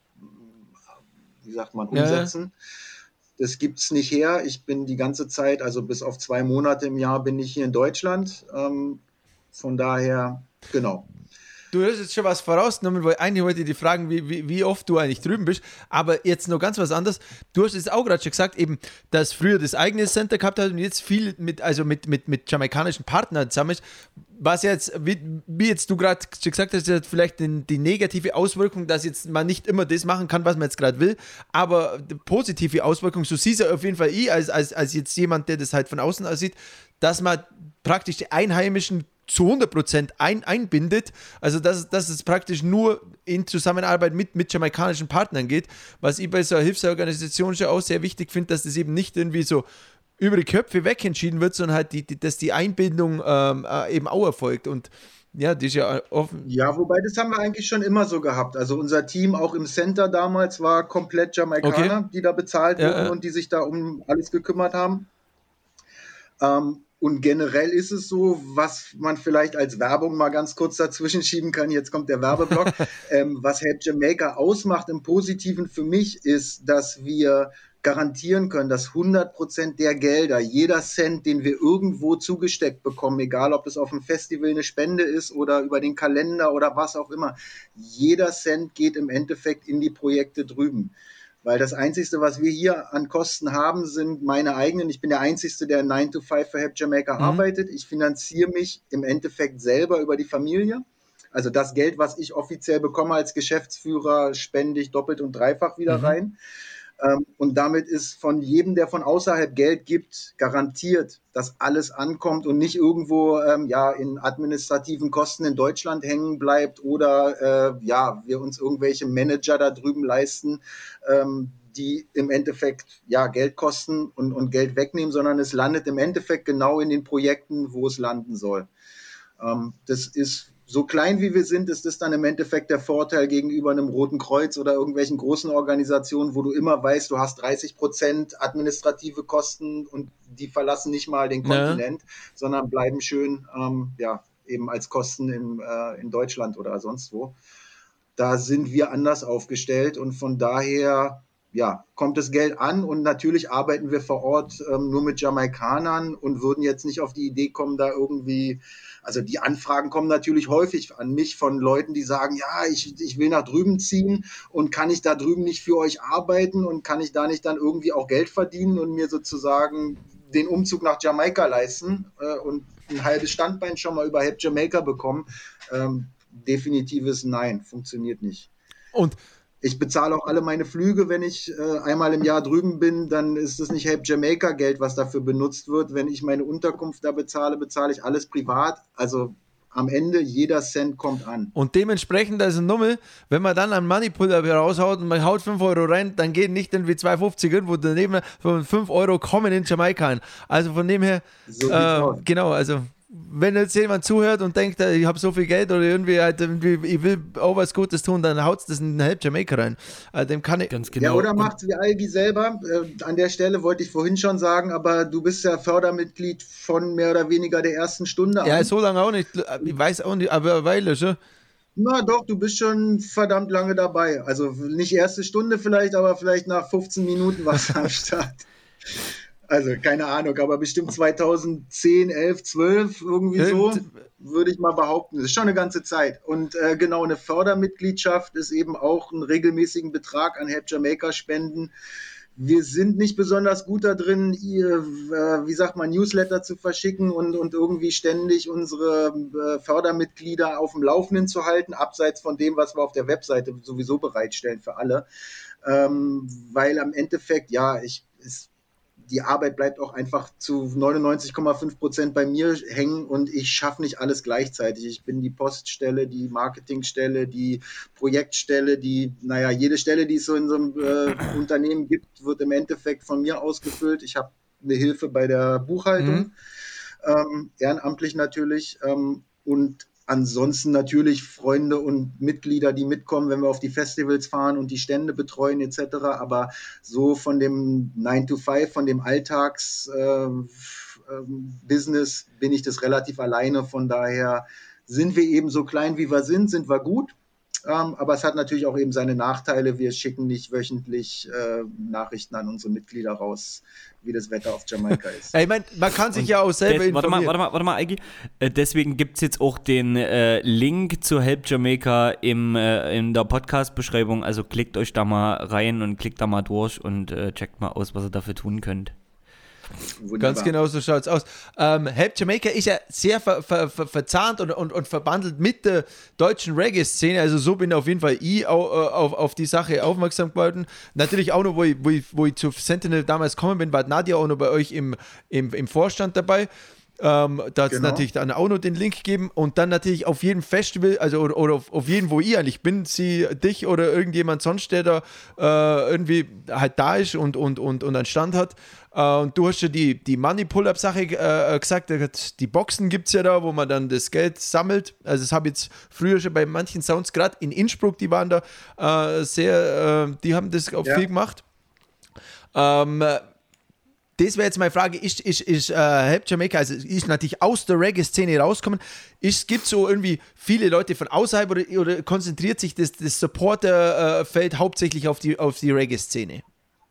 wie sagt man, Ja. umsetzen. Das gibt es nicht her. Ich bin die ganze Zeit, also bis auf zwei Monate im Jahr, bin ich hier in Deutschland. Ähm, von daher, genau. Du hast jetzt schon was vorausgenommen, weil eigentlich wollte ich dich fragen, wie, wie, wie oft du eigentlich drüben bist, aber jetzt noch ganz was anderes. Du hast es auch gerade schon gesagt, eben, dass früher das eigene Center gehabt hat und jetzt viel mit, also mit, mit, mit jamaikanischen Partnern zusammen ist. Was jetzt, wie, wie jetzt du gerade schon gesagt hast, ist vielleicht die, die negative Auswirkung, dass jetzt man nicht immer das machen kann, was man jetzt gerade will, aber die positive Auswirkung, so siehst du auf jeden Fall ich, als, als, als jetzt jemand, der das halt von außen aussieht, dass man praktisch die Einheimischen zu hundert Prozent ein, einbindet, also dass, dass es praktisch nur in Zusammenarbeit mit, mit jamaikanischen Partnern geht, was ich bei so einer Hilfsorganisation schon auch sehr wichtig finde, dass das eben nicht irgendwie so über die Köpfe weg entschieden wird, sondern halt, die, die, dass die Einbindung ähm, äh, eben auch erfolgt und ja, die ist ja offen. Ja, wobei das haben wir eigentlich schon immer so gehabt. Also unser Team auch im Center damals war komplett Jamaikaner, Okay. die da bezahlt Ja, wurden ja. und die sich da um alles gekümmert haben. Ähm, und generell ist es so, was man vielleicht als Werbung mal ganz kurz dazwischen schieben kann, jetzt kommt der Werbeblock, ähm, was Help Jamaica ausmacht im Positiven für mich ist, dass wir garantieren können, dass hundert Prozent der Gelder, jeder Cent, den wir irgendwo zugesteckt bekommen, egal ob das auf dem Festival eine Spende ist oder über den Kalender oder was auch immer, jeder Cent geht im Endeffekt in die Projekte drüben. Weil das Einzige, was wir hier an Kosten haben, sind meine eigenen. Ich bin der Einzige, der nine to five für Help Jamaica Mhm. arbeitet. Ich finanziere mich im Endeffekt selber über die Familie. Also das Geld, was ich offiziell bekomme als Geschäftsführer, spende ich doppelt und dreifach wieder Mhm. rein. Ähm, und damit ist von jedem, der von außerhalb Geld gibt, garantiert, dass alles ankommt und nicht irgendwo ähm, ja, in administrativen Kosten in Deutschland hängen bleibt oder äh, ja, wir uns irgendwelche Manager da drüben leisten, ähm, die im Endeffekt ja, Geld kosten und, und Geld wegnehmen, sondern es landet im Endeffekt genau in den Projekten, wo es landen soll. Ähm, das ist so klein wie wir sind, ist das dann im Endeffekt der Vorteil gegenüber einem Roten Kreuz oder irgendwelchen großen Organisationen, wo du immer weißt, du hast dreißig Prozent administrative Kosten und die verlassen nicht mal den Ja. Kontinent, sondern bleiben schön ähm, ja, eben als Kosten im, äh, in Deutschland oder sonst wo. Da sind wir anders aufgestellt und von daher ja, kommt das Geld an und natürlich arbeiten wir vor Ort ähm, nur mit Jamaikanern und würden jetzt nicht auf die Idee kommen, da irgendwie, also die Anfragen kommen natürlich häufig an mich von Leuten, die sagen, ja, ich, ich will nach drüben ziehen und kann ich da drüben nicht für euch arbeiten und kann ich da nicht dann irgendwie auch Geld verdienen und mir sozusagen den Umzug nach Jamaika leisten äh, und ein halbes Standbein schon mal über Help Jamaica bekommen. Ähm, definitives Nein, funktioniert nicht. Und Ich bezahle auch alle meine Flüge, wenn ich äh, einmal im Jahr drüben bin, dann ist es nicht Help Jamaica Geld, was dafür benutzt wird. Wenn ich meine Unterkunft da bezahle, bezahle ich alles privat. Also am Ende, jeder Cent kommt an. Und dementsprechend, also Nummer, wenn man dann einen Moneypuller raushaut und man haut fünf Euro rein, dann geht nicht irgendwie zwei fünfzig irgendwo daneben, sondern fünf Euro kommen in Jamaika ein. Also von dem her, So sieht's äh, aus. genau, also wenn jetzt jemand zuhört und denkt, ich habe so viel Geld oder irgendwie, halt, irgendwie ich will auch was Gutes tun, dann haut es das in Help Jamaica rein. Also dem kann ich... Ganz Ja, genau. oder Und- macht wie Algi selber. Äh, an der Stelle wollte ich vorhin schon sagen, aber du bist ja Fördermitglied von mehr oder weniger der ersten Stunde Ja, an. so lange auch nicht. Ich weiß auch nicht, aber eine Weile schon. Na doch, du bist schon verdammt lange dabei. Also nicht erste Stunde vielleicht, aber vielleicht nach fünfzehn Minuten warst du am Start. Also keine Ahnung, aber bestimmt zweitausendzehn, elf, zwölf, irgendwie so, Irgend- würde ich mal behaupten. Das ist schon eine ganze Zeit. Und äh, genau, eine Fördermitgliedschaft ist eben auch einen regelmäßigen Betrag an Help Jamaica spenden. wir sind nicht besonders gut da drin, ihr, äh, wie sagt man, Newsletter zu verschicken und, und irgendwie ständig unsere äh, Fördermitglieder auf dem Laufenden zu halten, abseits von dem, was wir auf der Webseite sowieso bereitstellen für alle. Ähm, weil am Endeffekt, ja, ich, ist, die Arbeit bleibt auch einfach zu neunundneunzig Komma fünf Prozent bei mir hängen und ich schaffe nicht alles gleichzeitig. Ich bin die Poststelle, die Marketingstelle, die Projektstelle, die, naja, jede Stelle, die es so in so einem äh, Unternehmen gibt, wird im Endeffekt von mir ausgefüllt. Ich habe eine Hilfe bei der Buchhaltung, Mhm. ähm, ehrenamtlich natürlich, ähm, und ansonsten natürlich Freunde und Mitglieder, die mitkommen, wenn wir auf die Festivals fahren und die Stände betreuen et cetera. Aber so von dem nine to five, von dem Alltags-Business äh, bin ich das relativ alleine. Von daher sind wir eben so klein, wie wir sind, sind wir gut. Ähm, aber es hat natürlich auch eben seine Nachteile. Wir schicken nicht wöchentlich äh, Nachrichten an unsere Mitglieder raus, wie das Wetter auf Jamaika ist. Ja, ich meine, man kann sich ja auch selber Des, warte mal, informieren. warte mal, warte mal, Eigi. Äh, deswegen gibt es jetzt auch den äh, Link zu Help Jamaica im, äh, in der Podcast-Beschreibung. Also klickt euch da mal rein und klickt da mal durch und äh, checkt mal aus, was ihr dafür tun könnt. Wunderbar. Ganz genau so schaut es aus. Ähm, Help Jamaica ist ja sehr ver, ver, ver, verzahnt und, und, und verbandelt mit der deutschen Reggae-Szene. Also so bin auf jeden Fall ich auf, auf, auf die Sache aufmerksam geworden. Natürlich auch noch, wo ich, wo ich, wo ich zu Sentinel damals gekommen bin, war Nadia auch noch bei euch im, im, im Vorstand dabei. Ähm, da hat es Genau. natürlich dann auch noch den Link gegeben und dann natürlich auf jedem Festival, also oder, oder auf, auf jedem, wo ich eigentlich bin, sie, dich oder irgendjemand sonst, der da äh, irgendwie halt da ist und, und, und, und einen Stand hat. Äh, und du hast ja die, die Money-Pull-Up-Sache äh, gesagt, die Boxen gibt es ja da, wo man dann das Geld sammelt. Also das habe ich jetzt früher schon bei manchen Sounds, gerade in Innsbruck, die waren da äh, sehr, äh, die haben das auch Ja. viel gemacht. Ähm, Das wäre jetzt meine Frage, ist, ist, ist äh, Help Jamaica, also ist natürlich aus der Reggae-Szene rausgekommen, gibt es so irgendwie viele Leute von außerhalb oder, oder konzentriert sich das, das Supporter-Feld äh, hauptsächlich auf die, auf die Reggae-Szene?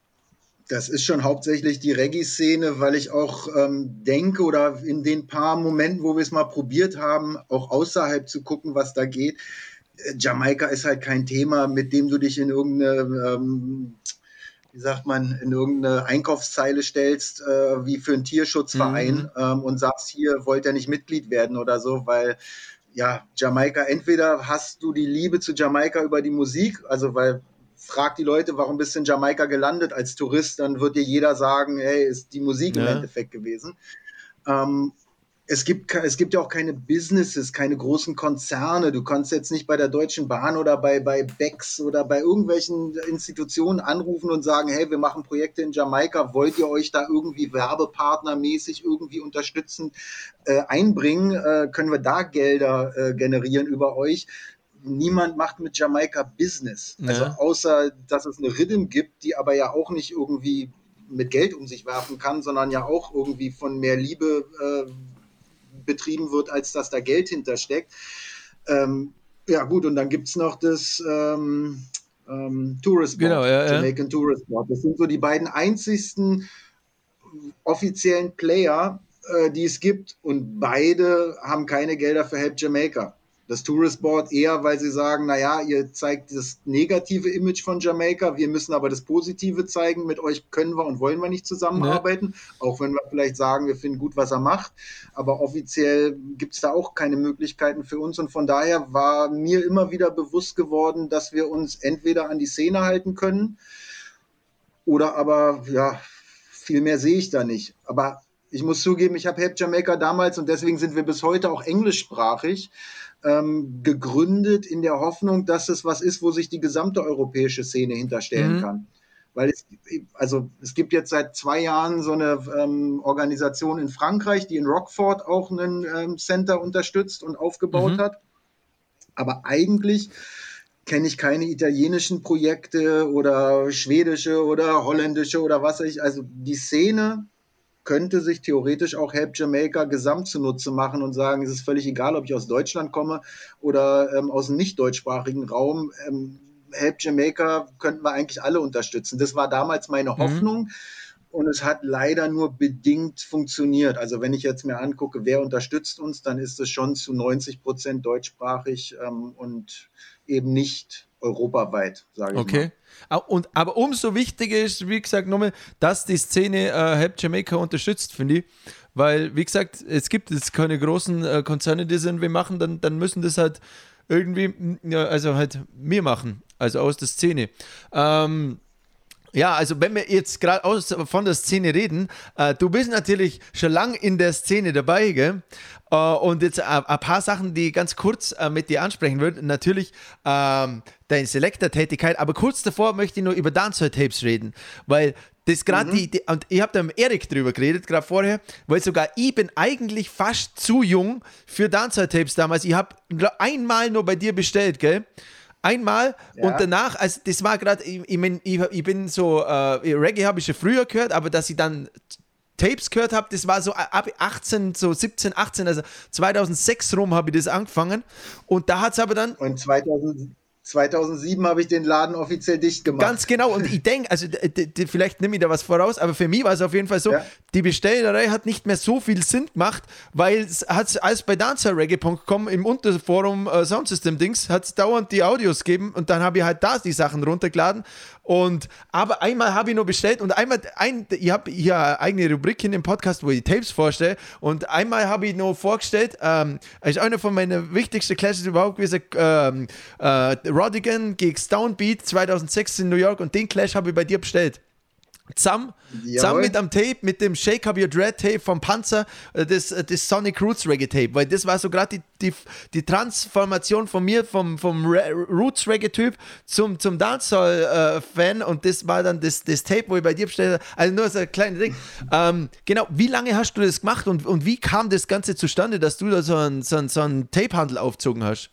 Das ist schon hauptsächlich die Reggae-Szene, weil ich auch ähm, denke oder in den paar Momenten, wo wir es mal probiert haben, auch außerhalb zu gucken, was da geht. Äh, Jamaika ist halt kein Thema, mit dem du dich in irgendeine, ähm, wie sagt man, in irgendeine Einkaufszeile stellst, äh, wie für einen Tierschutzverein Mhm. ähm, und sagst, hier wollt ihr nicht Mitglied werden oder so, weil ja, Jamaika, entweder hast du die Liebe zu Jamaika über die Musik, also weil frag die Leute, warum bist du in Jamaika gelandet als Tourist, dann wird dir jeder sagen, hey, ist die Musik im Ja. Endeffekt gewesen. Ähm, es gibt, ke- es gibt ja auch keine Businesses, keine großen Konzerne. Du kannst jetzt nicht bei der Deutschen Bahn oder bei, bei Becks oder bei irgendwelchen Institutionen anrufen und sagen, hey, wir machen Projekte in Jamaika, wollt ihr euch da irgendwie werbepartnermäßig irgendwie unterstützend äh, einbringen? Äh, können wir da Gelder äh, generieren über euch? Niemand macht mit Jamaika Business. Also Ja. außer, dass es eine Rhythm gibt, die aber ja auch nicht irgendwie mit Geld um sich werfen kann, sondern ja auch irgendwie von mehr Liebe äh, betrieben wird, als dass da Geld hintersteckt. Ähm, ja gut, und dann gibt es noch das ähm, ähm, Tourist Board, Genau, ja, ja. Jamaican Tourist Board. Das sind so die beiden einzigsten offiziellen Player, äh, die es gibt, und beide haben keine Gelder für Help Jamaica. Das Tourist Board eher, weil sie sagen, naja, ihr zeigt das negative Image von Jamaika, wir müssen aber das Positive zeigen, mit euch können wir und wollen wir nicht zusammenarbeiten, auch wenn wir vielleicht sagen, wir finden gut, was er macht, aber offiziell gibt es da auch keine Möglichkeiten für uns, und von daher war mir immer wieder bewusst geworden, dass wir uns entweder an die Szene halten können oder aber, ja, viel mehr sehe ich da nicht. Aber ich muss zugeben, ich habe Help Jamaica damals, und deswegen sind wir bis heute auch englischsprachig, ähm, gegründet in der Hoffnung, dass es was ist, wo sich die gesamte europäische Szene hinterstellen Mhm. kann. Weil es, also es gibt jetzt seit zwei Jahren so eine ähm, Organisation in Frankreich, die in Rockford auch ein ähm, Center unterstützt und aufgebaut Mhm. hat. Aber eigentlich kenne ich keine italienischen Projekte oder schwedische oder holländische oder was weiß ich. Also die Szene könnte sich theoretisch auch Help Jamaica gesamt zunutze machen und sagen, es ist völlig egal, ob ich aus Deutschland komme oder ähm, aus einem nicht deutschsprachigen Raum. Ähm, Help Jamaica könnten wir eigentlich alle unterstützen. Das war damals meine Hoffnung. Und es hat leider nur bedingt funktioniert. Also wenn ich jetzt mir angucke, wer unterstützt uns, dann ist es schon zu neunzig Prozent deutschsprachig ähm, und eben nicht europaweit, sage ich okay. mal. Okay. Aber umso wichtiger ist, wie gesagt, nochmal, dass die Szene äh, Help Jamaica unterstützt, finde ich. Weil, wie gesagt, es gibt jetzt keine großen äh, Konzerne, die sind, wir machen, dann, dann müssen das halt irgendwie, ja, also halt wir machen, also aus der Szene. Ähm, ja, also wenn wir jetzt gerade von der Szene reden, äh, du bist natürlich schon lange in der Szene dabei, gell? Äh, und jetzt äh, ein paar Sachen, die ich ganz kurz äh, mit dir ansprechen würde. Natürlich ähm, deine Selector-Tätigkeit, aber kurz davor möchte ich nur über Dancehall-Tapes reden, weil das gerade mhm. die, die, und ich habe da mit Erik drüber geredet, gerade vorher, weil sogar ich bin eigentlich fast zu jung für Dancehall-Tapes damals. Ich habe einmal nur bei dir bestellt, gell? Einmal ja. Und danach, also das war gerade, ich, ich, mein, ich, ich bin so, äh, Reggae habe ich schon früher gehört, aber dass ich dann Tapes gehört habe, das war so ab achtzehn, so siebzehn, achtzehn, also zweitausendsechs rum habe ich das angefangen und da hat es aber dann... Und zweitausend zweitausendsieben habe ich den Laden offiziell dicht gemacht. Ganz genau, und ich denke, also d- d- vielleicht nehme ich da was voraus, aber für mich war es auf jeden Fall so, ja. Die Bestellerei hat nicht mehr so viel Sinn gemacht, weil es hat als bei dancehallreggae punkt com im Unterforum äh, Soundsystem-Dings hat es dauernd die Audios gegeben und dann habe ich halt da die Sachen runtergeladen und aber einmal habe ich noch bestellt und einmal, ein, ich habe hier eine eigene Rubrik in dem Podcast, wo ich Tapes vorstelle und einmal habe ich noch vorgestellt, ähm, ist einer von meinen wichtigsten Clashes überhaupt gewesen, ähm, äh, Rodigan gegen Downbeat zweitausendsechs in New York und den Clash habe ich bei dir bestellt. Zusammen, zusammen mit am Tape, mit dem Shake Up Your Dread Tape vom Panzer, das, das Sonic Roots Reggae Tape, weil das war so gerade die, die, die Transformation von mir, vom, vom Roots Reggae Typ zum, zum Dancehall äh, Fan und das war dann das, das Tape, wo ich bei dir bestellt habe. Also nur so ein kleines Ding. Ähm, genau, wie lange hast du das gemacht und, und wie kam das Ganze zustande, dass du da so einen so ein, so ein Tape-Handel aufgezogen hast?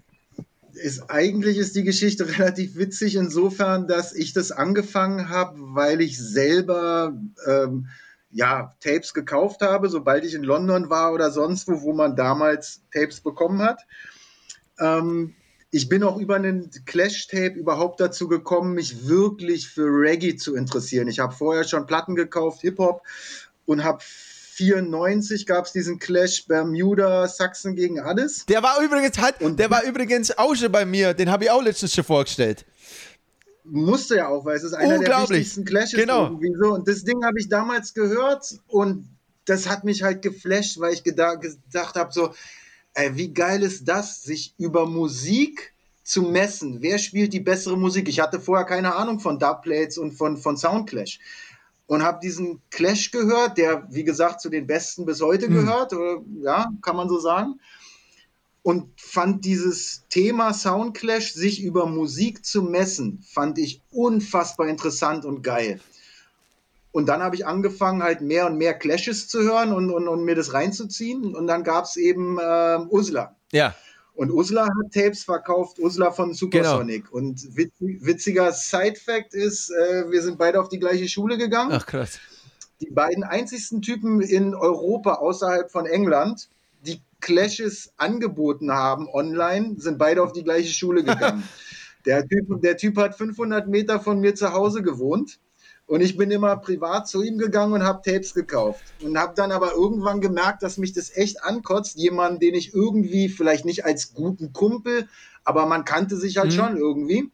Ist, eigentlich ist die Geschichte relativ witzig insofern, dass ich das angefangen habe, weil ich selber ähm, ja, Tapes gekauft habe, sobald ich in London war oder sonst wo, wo man damals Tapes bekommen hat. Ähm, ich bin auch über einen Clash-Tape überhaupt dazu gekommen, mich wirklich für Reggae zu interessieren. Ich habe vorher schon Platten gekauft, Hip-Hop und habe vierundneunzig gab es diesen Clash Bermuda Saxon gegen Addis. Der war übrigens halt, und der war übrigens auch schon bei mir, den habe ich auch letztens schon vorgestellt. Musste ja auch, weil es ist einer der wichtigsten Clashes genau. irgendwie so. Und das Ding habe ich damals gehört und das hat mich halt geflasht, weil ich gedacht, gedacht habe so, ey, wie geil ist das, sich über Musik zu messen. Wer spielt die bessere Musik? Ich hatte vorher keine Ahnung von Dubplates und von, von Soundclash. Und habe diesen Clash gehört, der, wie gesagt, zu den Besten bis heute mhm. gehört, oder, ja, kann man so sagen. Und fand dieses Thema Soundclash, sich über Musik zu messen, fand ich unfassbar interessant und geil. Und dann habe ich angefangen, halt mehr und mehr Clashes zu hören und, und, und mir das reinzuziehen. Und dann gab es eben äh, Usla. Ja. Und Usla hat Tapes verkauft, Usla von Supersonic. Genau. Und witz, witziger Side-Fact ist, äh, wir sind beide auf die gleiche Schule gegangen. Ach krass. Die beiden einzigsten Typen in Europa außerhalb von England, die Clashes angeboten haben online, sind beide auf die gleiche Schule gegangen. der, typ, der Typ hat fünfhundert Meter von mir zu Hause gewohnt. Und ich bin immer privat zu ihm gegangen und habe Tapes gekauft. Und habe dann aber irgendwann gemerkt, dass mich das echt ankotzt. Jemanden, den ich irgendwie, vielleicht nicht als guten Kumpel, aber man kannte sich halt mhm. schon irgendwie.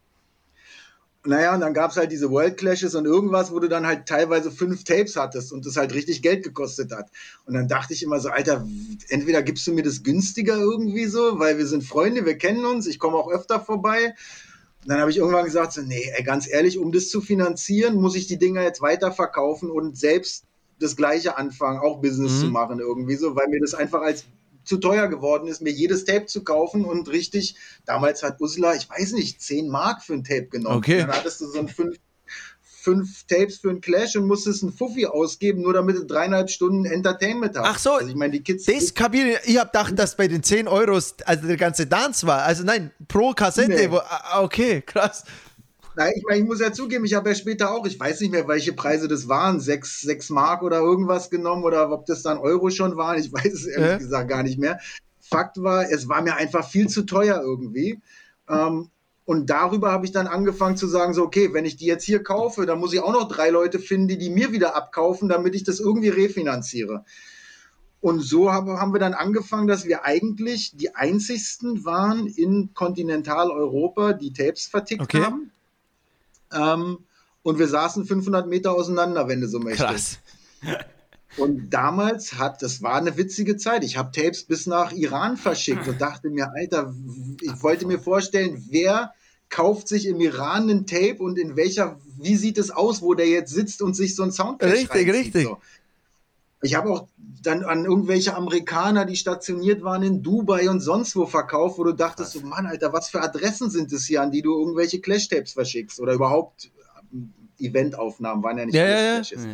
Naja, und dann gab es halt diese World Clashes und irgendwas, wo du dann halt teilweise fünf Tapes hattest und das halt richtig Geld gekostet hat. Und dann dachte ich immer so, Alter, entweder gibst du mir das günstiger irgendwie so, weil wir sind Freunde, wir kennen uns, ich komme auch öfter vorbei. Und dann habe ich irgendwann gesagt, so, nee, ey, ganz ehrlich, um das zu finanzieren, muss ich die Dinger jetzt weiterverkaufen und selbst das Gleiche anfangen, auch Business mhm. zu machen irgendwie so, weil mir das einfach als zu teuer geworden ist, mir jedes Tape zu kaufen und richtig, damals hat Usla, ich weiß nicht, zehn Mark für ein Tape genommen. Okay. Dann hattest du so ein fünf, fünf Tapes für einen Clash und musstest einen Fuffi ausgeben, nur damit du dreieinhalb Stunden Entertainment hast. Ach so, also ich meine, die Kids... Das kapiere ich, ich habe gedacht, dass bei den zehn Euros, also der ganze Dance war, also nein, pro Kassette, nee. wo, okay, krass. Nein, ich meine, ich muss ja zugeben, ich habe ja später auch, ich weiß nicht mehr, welche Preise das waren, sechs, sechs Mark oder irgendwas genommen oder ob das dann Euro schon waren, ich weiß es ehrlich äh? gesagt gar nicht mehr. Fakt war, es war mir einfach viel zu teuer irgendwie. Ähm, und darüber habe ich dann angefangen zu sagen, so okay, wenn ich die jetzt hier kaufe, dann muss ich auch noch drei Leute finden, die die mir wieder abkaufen, damit ich das irgendwie refinanziere. Und so haben wir dann angefangen, dass wir eigentlich die einzigsten waren in Kontinentaleuropa, die Tapes vertickt Okay. haben. Ähm, und wir saßen fünfhundert Meter auseinander, wenn du so möchtest. Krass. Und damals hat, das war eine witzige Zeit. Ich habe Tapes bis nach Iran verschickt und dachte mir, Alter, ich wollte mir vorstellen, wer kauft sich im Iran ein Tape und in welcher, wie sieht es aus, wo der jetzt sitzt und sich so ein Soundtrack Richtig, reinzieht, richtig. So. Ich habe auch dann an irgendwelche Amerikaner, die stationiert waren in Dubai und sonst wo verkauft, wo du dachtest, so, Mann, Alter, was für Adressen sind es hier, an die du irgendwelche Clash-Tapes verschickst oder überhaupt Eventaufnahmen, waren ja nicht Ja, alles ja, ja. Clashes.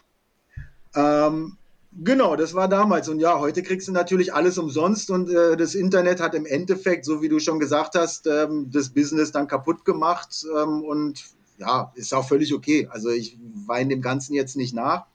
Ähm, genau, das war damals. Und ja, heute kriegst du natürlich alles umsonst und äh, das Internet hat im Endeffekt, so wie du schon gesagt hast, ähm, das Business dann kaputt gemacht ähm, und ja, ist auch völlig okay. Also ich weine dem Ganzen jetzt nicht nach.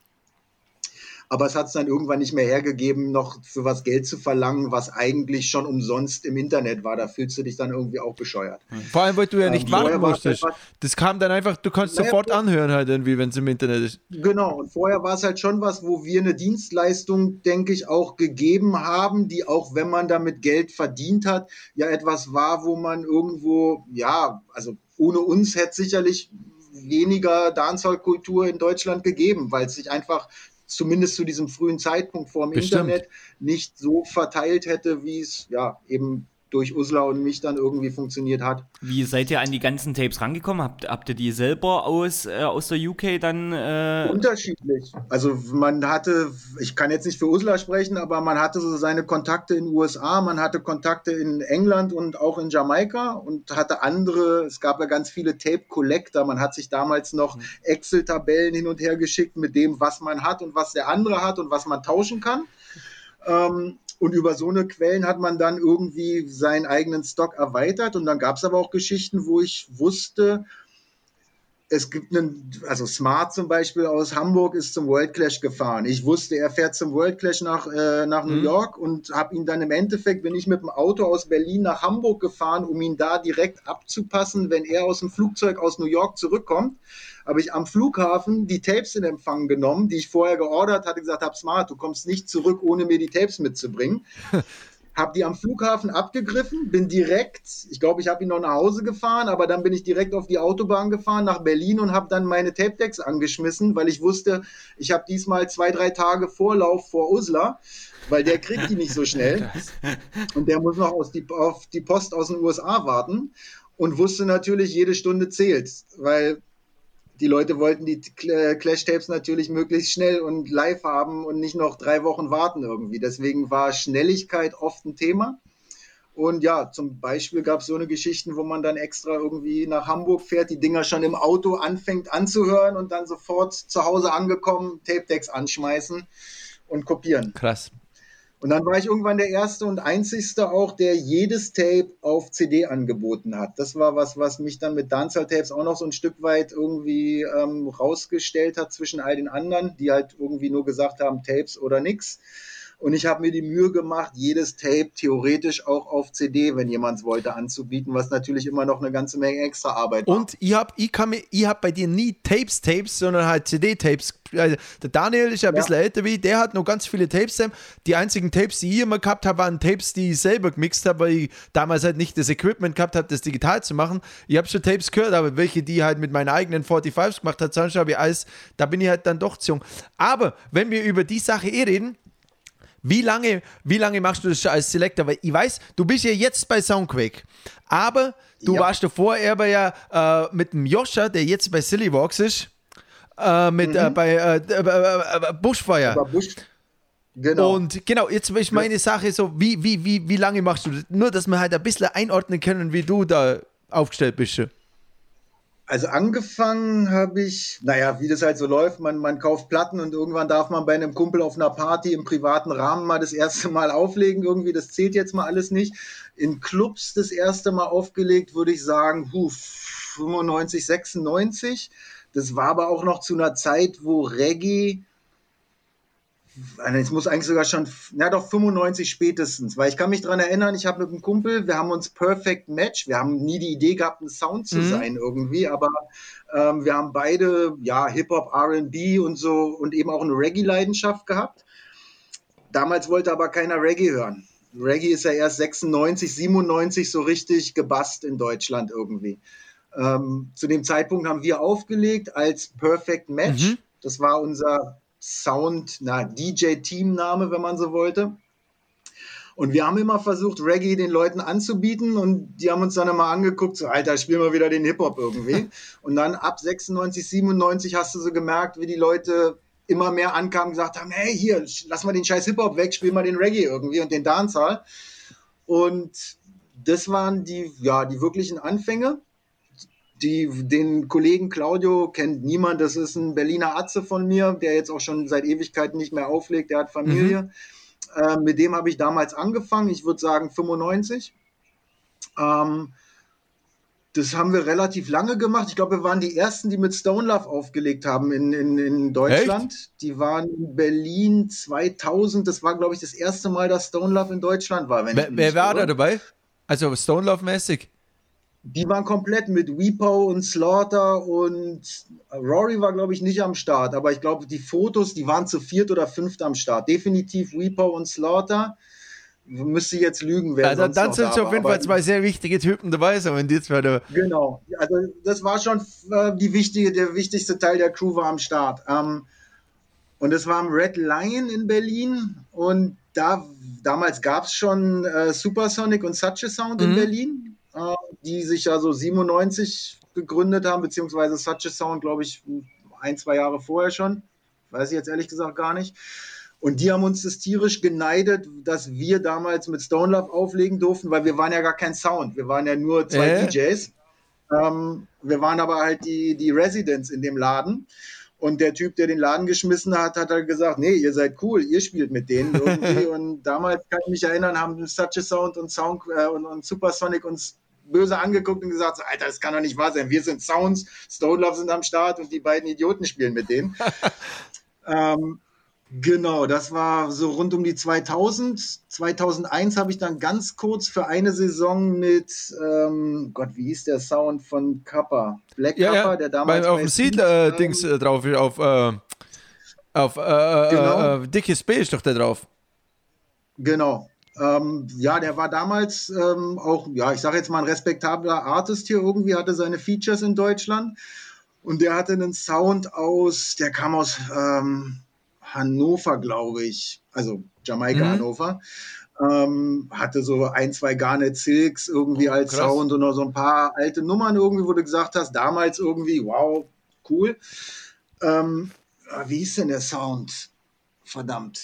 Aber es hat es dann irgendwann nicht mehr hergegeben, noch für was Geld zu verlangen, was eigentlich schon umsonst im Internet war. Da fühlst du dich dann irgendwie auch bescheuert. Vor allem, weil du ja nicht Ähm, warten vorher war es musstest. halt Das kam dann einfach, du kannst Naja, sofort vor- anhören halt irgendwie, wenn es im Internet ist. Genau, und vorher war es halt schon was, wo wir eine Dienstleistung, denke ich, auch gegeben haben, die auch, wenn man damit Geld verdient hat, ja etwas war, wo man irgendwo, ja, also ohne uns hätte es sicherlich weniger Dancehall-Kultur in Deutschland gegeben, weil es sich einfach zumindest zu diesem frühen Zeitpunkt vor dem Bestimmt. Internet nicht so verteilt hätte, wie es ja eben durch Usla und mich dann irgendwie funktioniert hat. Wie seid ihr an die ganzen Tapes rangekommen? Habt, habt ihr die selber aus, äh, aus der U K dann? Äh, Unterschiedlich. Also man hatte, ich kann jetzt nicht für Usla sprechen, aber man hatte so seine Kontakte in den U S A, man hatte Kontakte in England und auch in Jamaika und hatte andere, es gab ja ganz viele Tape-Collector, man hat sich damals noch Excel-Tabellen hin und her geschickt mit dem, was man hat und was der andere hat und was man tauschen kann. Ähm, und über so eine Quellen hat man dann irgendwie seinen eigenen Stock erweitert und dann gab es aber auch Geschichten, wo ich wusste, es gibt einen, also Smart zum Beispiel aus Hamburg ist zum World Clash gefahren. Ich wusste, er fährt zum World Clash nach, äh, nach New York und habe ihn dann im Endeffekt, bin ich mit dem Auto aus Berlin nach Hamburg gefahren, um ihn da direkt abzupassen, wenn er aus dem Flugzeug aus New York zurückkommt. Habe ich am Flughafen die Tapes in Empfang genommen, die ich vorher geordert hatte, gesagt habe, Smart, du kommst nicht zurück, ohne mir die Tapes mitzubringen. Habe die am Flughafen abgegriffen, bin direkt, ich glaube, ich habe ihn noch nach Hause gefahren, aber dann bin ich direkt auf die Autobahn gefahren nach Berlin und habe dann meine Tape-Decks angeschmissen, weil ich wusste, ich habe diesmal zwei, drei Tage Vorlauf vor Usla, weil der kriegt die nicht so schnell und der muss noch aus die, auf die Post aus den U S A warten und wusste natürlich, jede Stunde zählt, weil die Leute wollten die Clash-Tapes natürlich möglichst schnell und live haben und nicht noch drei Wochen warten irgendwie. Deswegen war Schnelligkeit oft ein Thema. Und ja, zum Beispiel gab es so eine Geschichte, wo man dann extra irgendwie nach Hamburg fährt, die Dinger schon im Auto anfängt anzuhören und dann sofort zu Hause angekommen, Tape-Decks anschmeißen und kopieren. Krass. Und dann war ich irgendwann der Erste und Einzigste auch, der jedes Tape auf C D angeboten hat. Das war was, was mich dann mit Dancehall-Tapes auch noch so ein Stück weit irgendwie ähm, rausgestellt hat zwischen all den anderen, die halt irgendwie nur gesagt haben, Tapes oder nix. Und ich habe mir die Mühe gemacht, jedes Tape theoretisch auch auf C D, wenn jemand es wollte, anzubieten, was natürlich immer noch eine ganze Menge extra Arbeit war. Und ich habe ich kann mir, ich hab bei dir nie Tapes, Tapes, sondern halt C D-Tapes. Also der Daniel ist ja ein bisschen Ja. älter wie ich, der hat noch ganz viele Tapes. Die einzigen Tapes, die ich immer gehabt habe, waren Tapes, die ich selber gemixt habe, weil ich damals halt nicht das Equipment gehabt habe, das digital zu machen. Ich habe schon Tapes gehört, aber welche, die halt mit meinen eigenen forty-fives gemacht hat, sonst habe ich alles, da bin ich halt dann doch zu jung. Aber wenn wir über die Sache eh reden, Wie lange, wie lange machst du das schon als Selector? Weil ich weiß, du bist ja jetzt bei Soundquake, aber du Ja. warst davor aber ja äh, mit dem Joscha, der jetzt bei Silly Walks ist, äh, mit, Mhm. äh, bei äh, äh, äh, Bushfire. Aber Busch, genau. Und genau, jetzt ist meine Sache so, wie, wie, wie, wie lange machst du das? Nur, dass wir halt ein bisschen einordnen können, wie du da aufgestellt bist. Also angefangen habe ich, naja, wie das halt so läuft, man, man kauft Platten und irgendwann darf man bei einem Kumpel auf einer Party im privaten Rahmen mal das erste Mal auflegen, irgendwie, das zählt jetzt mal alles nicht. In Clubs das erste Mal aufgelegt, würde ich sagen, huh, fünfundneunzig, sechsundneunzig. Das war aber auch noch zu einer Zeit, wo Reggae, es muss eigentlich sogar schon, na doch fünfundneunzig spätestens, weil ich kann mich daran erinnern, ich habe mit einem Kumpel, wir haben uns Perfect Match, wir haben nie die Idee gehabt, ein Sound zu Mhm. sein irgendwie, aber ähm, wir haben beide, ja, Hip-Hop, R and B und so und eben auch eine Reggae-Leidenschaft gehabt. damals wollte aber keiner Reggae hören. Reggae ist ja erst sechsundneunzig, siebenundneunzig so richtig gebast in Deutschland irgendwie. Ähm, zu dem Zeitpunkt haben wir aufgelegt als Perfect Match. Mhm. Das war unser Sound, na, D J-Teamname, wenn man so wollte. Und wir haben immer versucht, Reggae den Leuten anzubieten und die haben uns dann immer angeguckt, so, Alter, spielen wir wieder den Hip-Hop irgendwie. Und dann ab sechsundneunzig, siebenundneunzig hast du so gemerkt, wie die Leute immer mehr ankamen und gesagt haben, hey, hier, lass mal den scheiß Hip-Hop weg, spiel mal den Reggae irgendwie und den Dancehall. Und das waren die, ja, die wirklichen Anfänge. Die, den Kollegen Claudio kennt niemand, das ist ein Berliner Atze von mir, der jetzt auch schon seit Ewigkeiten nicht mehr auflegt, der hat Familie. Mhm. Äh, mit dem habe ich damals angefangen, ich würde sagen fünfundneunzig. Ähm, Das haben wir relativ lange gemacht. Ich glaube, wir waren die Ersten, die mit Stone Love aufgelegt haben in, in, in Deutschland. Echt? Die waren in Berlin zweitausend. Das war, glaube ich, das erste Mal, dass Stone Love in Deutschland war. Wenn wer ich wer war da dabei? Also Stone Love-mäßig? Die waren komplett mit Weepo und Slaughter und Rory war, glaube ich, nicht am Start. Aber ich glaube, die Fotos, die waren zu viert oder fünft am Start. Definitiv Weepo und Slaughter. Müsste jetzt lügen, wer ja, sonst dann noch sind da auf jeden Fall zwei sehr wichtige Typen dabei, so wenn die zwei da. Genau, also das war schon äh, die wichtige, der wichtigste Teil der Crew war am Start. Ähm, und das war am Red Lion in Berlin und da damals gab es schon äh, Supersonic und Such a Sound mhm. in Berlin, äh, die sich ja so siebenundneunzig gegründet haben, beziehungsweise Such a Sound, glaube ich, ein, zwei Jahre vorher schon. Weiß ich jetzt ehrlich gesagt gar nicht. Und die haben uns das tierisch geneidet, dass wir damals mit Stone Love auflegen durften, weil wir waren ja gar kein Sound. Wir waren ja nur zwei äh? D Js. Ähm, wir waren aber halt die, die Residents in dem Laden. Und der Typ, der den Laden geschmissen hat, hat halt gesagt, nee, ihr seid cool, ihr spielt mit denen irgendwie. Und damals, kann ich mich erinnern, haben Such a Sound und, Sound, äh, und, und Supersonic uns böse angeguckt und gesagt, so, Alter, das kann doch nicht wahr sein. Wir sind Sounds, Stone Love sind am Start und die beiden Idioten spielen mit denen. ähm, Genau, das war so rund um die zweitausend. zweitausendeins habe ich dann ganz kurz für eine Saison mit, ähm, Gott, wie hieß der Sound von Kappa? Black ja, Kappa, ja, der damals bei, auf dem Siedler-Dings äh, drauf, auf, äh, auf äh, genau. äh, Dickes B ist doch der drauf. Genau. Ähm, ja, der war damals ähm, auch, ja, ich sage jetzt mal ein respektabler Artist hier irgendwie, hatte seine Features in Deutschland und der hatte einen Sound aus, der kam aus, ähm, Hannover, glaube ich, also Jamaika, mhm. Hannover, ähm, hatte so ein, zwei Garnet Silks irgendwie oh, als krass. Sound und noch so ein paar alte Nummern irgendwie, wo du gesagt hast, damals irgendwie, wow, cool. Ähm, wie hieß denn der Sound? Verdammt.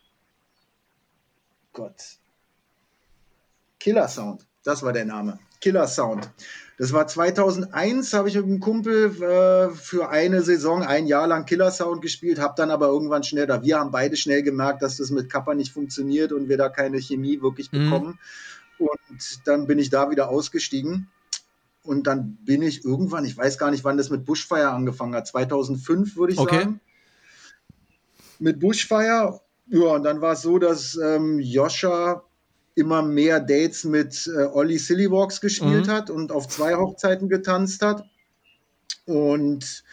Gott. Killer Sound, das war der Name. Killer Sound. Das war zweitausendeins, habe ich mit einem Kumpel äh, für eine Saison, ein Jahr lang Killer Sound gespielt, habe dann aber irgendwann schnell, da wir haben beide schnell gemerkt, dass das mit Kappa nicht funktioniert und wir da keine Chemie wirklich mhm. bekommen. Und dann bin ich da wieder ausgestiegen. Und dann bin ich irgendwann, ich weiß gar nicht, wann das mit Bushfire angefangen hat, zweitausendfünf würde ich okay. sagen. Mit Bushfire, ja, und dann war es so, dass ähm, Joscha immer mehr Dates mit äh, Olli Sillywox gespielt mhm. hat und auf zwei Hochzeiten getanzt hat. Und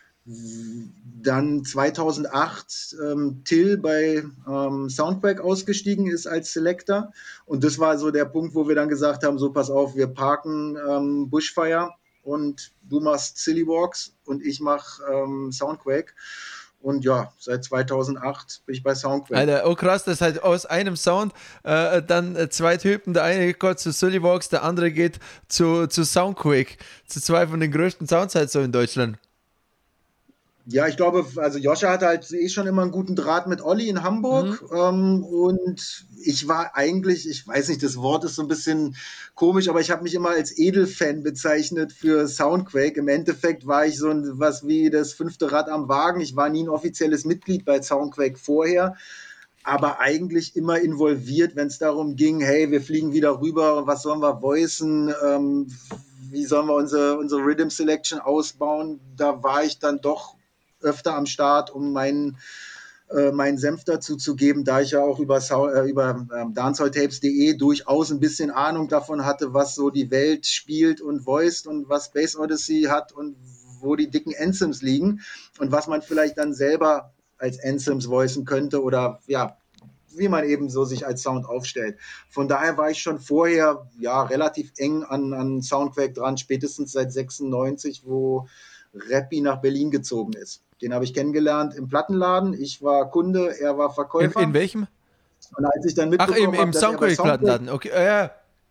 dann zweitausendacht ähm, Till bei ähm, Soundquake ausgestiegen ist als Selector. Und das war so der Punkt, wo wir dann gesagt haben, so pass auf, wir parken ähm, Bushfire und du machst Sillywox und ich mach ähm, Soundquake. Und ja, seit zweitausendacht bin ich bei Soundquake. Alter, oh krass, das ist halt aus einem Sound äh, dann äh, zwei Typen, der eine geht zu Sillywox, der andere geht zu, zu Soundquake, zu zwei von den größten Sounds halt so in Deutschland. Ja, ich glaube, also Joscha hatte halt eh schon immer einen guten Draht mit Olli in Hamburg mhm. ähm, und ich war eigentlich, ich weiß nicht, das Wort ist so ein bisschen komisch, aber ich habe mich immer als Edelfan bezeichnet für Soundquake. Im Endeffekt war ich so ein, was wie das fünfte Rad am Wagen. Ich war nie ein offizielles Mitglied bei Soundquake vorher, aber eigentlich immer involviert, wenn es darum ging, hey, wir fliegen wieder rüber, was sollen wir voicen, ähm, wie sollen wir unsere, unsere Rhythm Selection ausbauen. Da war ich dann doch öfter am Start, um meinen, äh, meinen Senf dazu zu geben, da ich ja auch über, äh, über ähm, dancehall tapes punkt de durchaus ein bisschen Ahnung davon hatte, was so die Welt spielt und voiced und was Space Odyssey hat und wo die dicken Anthems liegen und was man vielleicht dann selber als Anthems voicen könnte oder ja, wie man eben so sich als Sound aufstellt. Von daher war ich schon vorher ja relativ eng an, an Soundquake dran, spätestens seit sechsundneunzig, wo Rappi nach Berlin gezogen ist. Den habe ich kennengelernt im Plattenladen. Ich war Kunde, er war Verkäufer. In, in welchem? Und als ich dann Ach, mitbekommen im, im habe, Soundquake-Plattenladen, okay, äh, ja.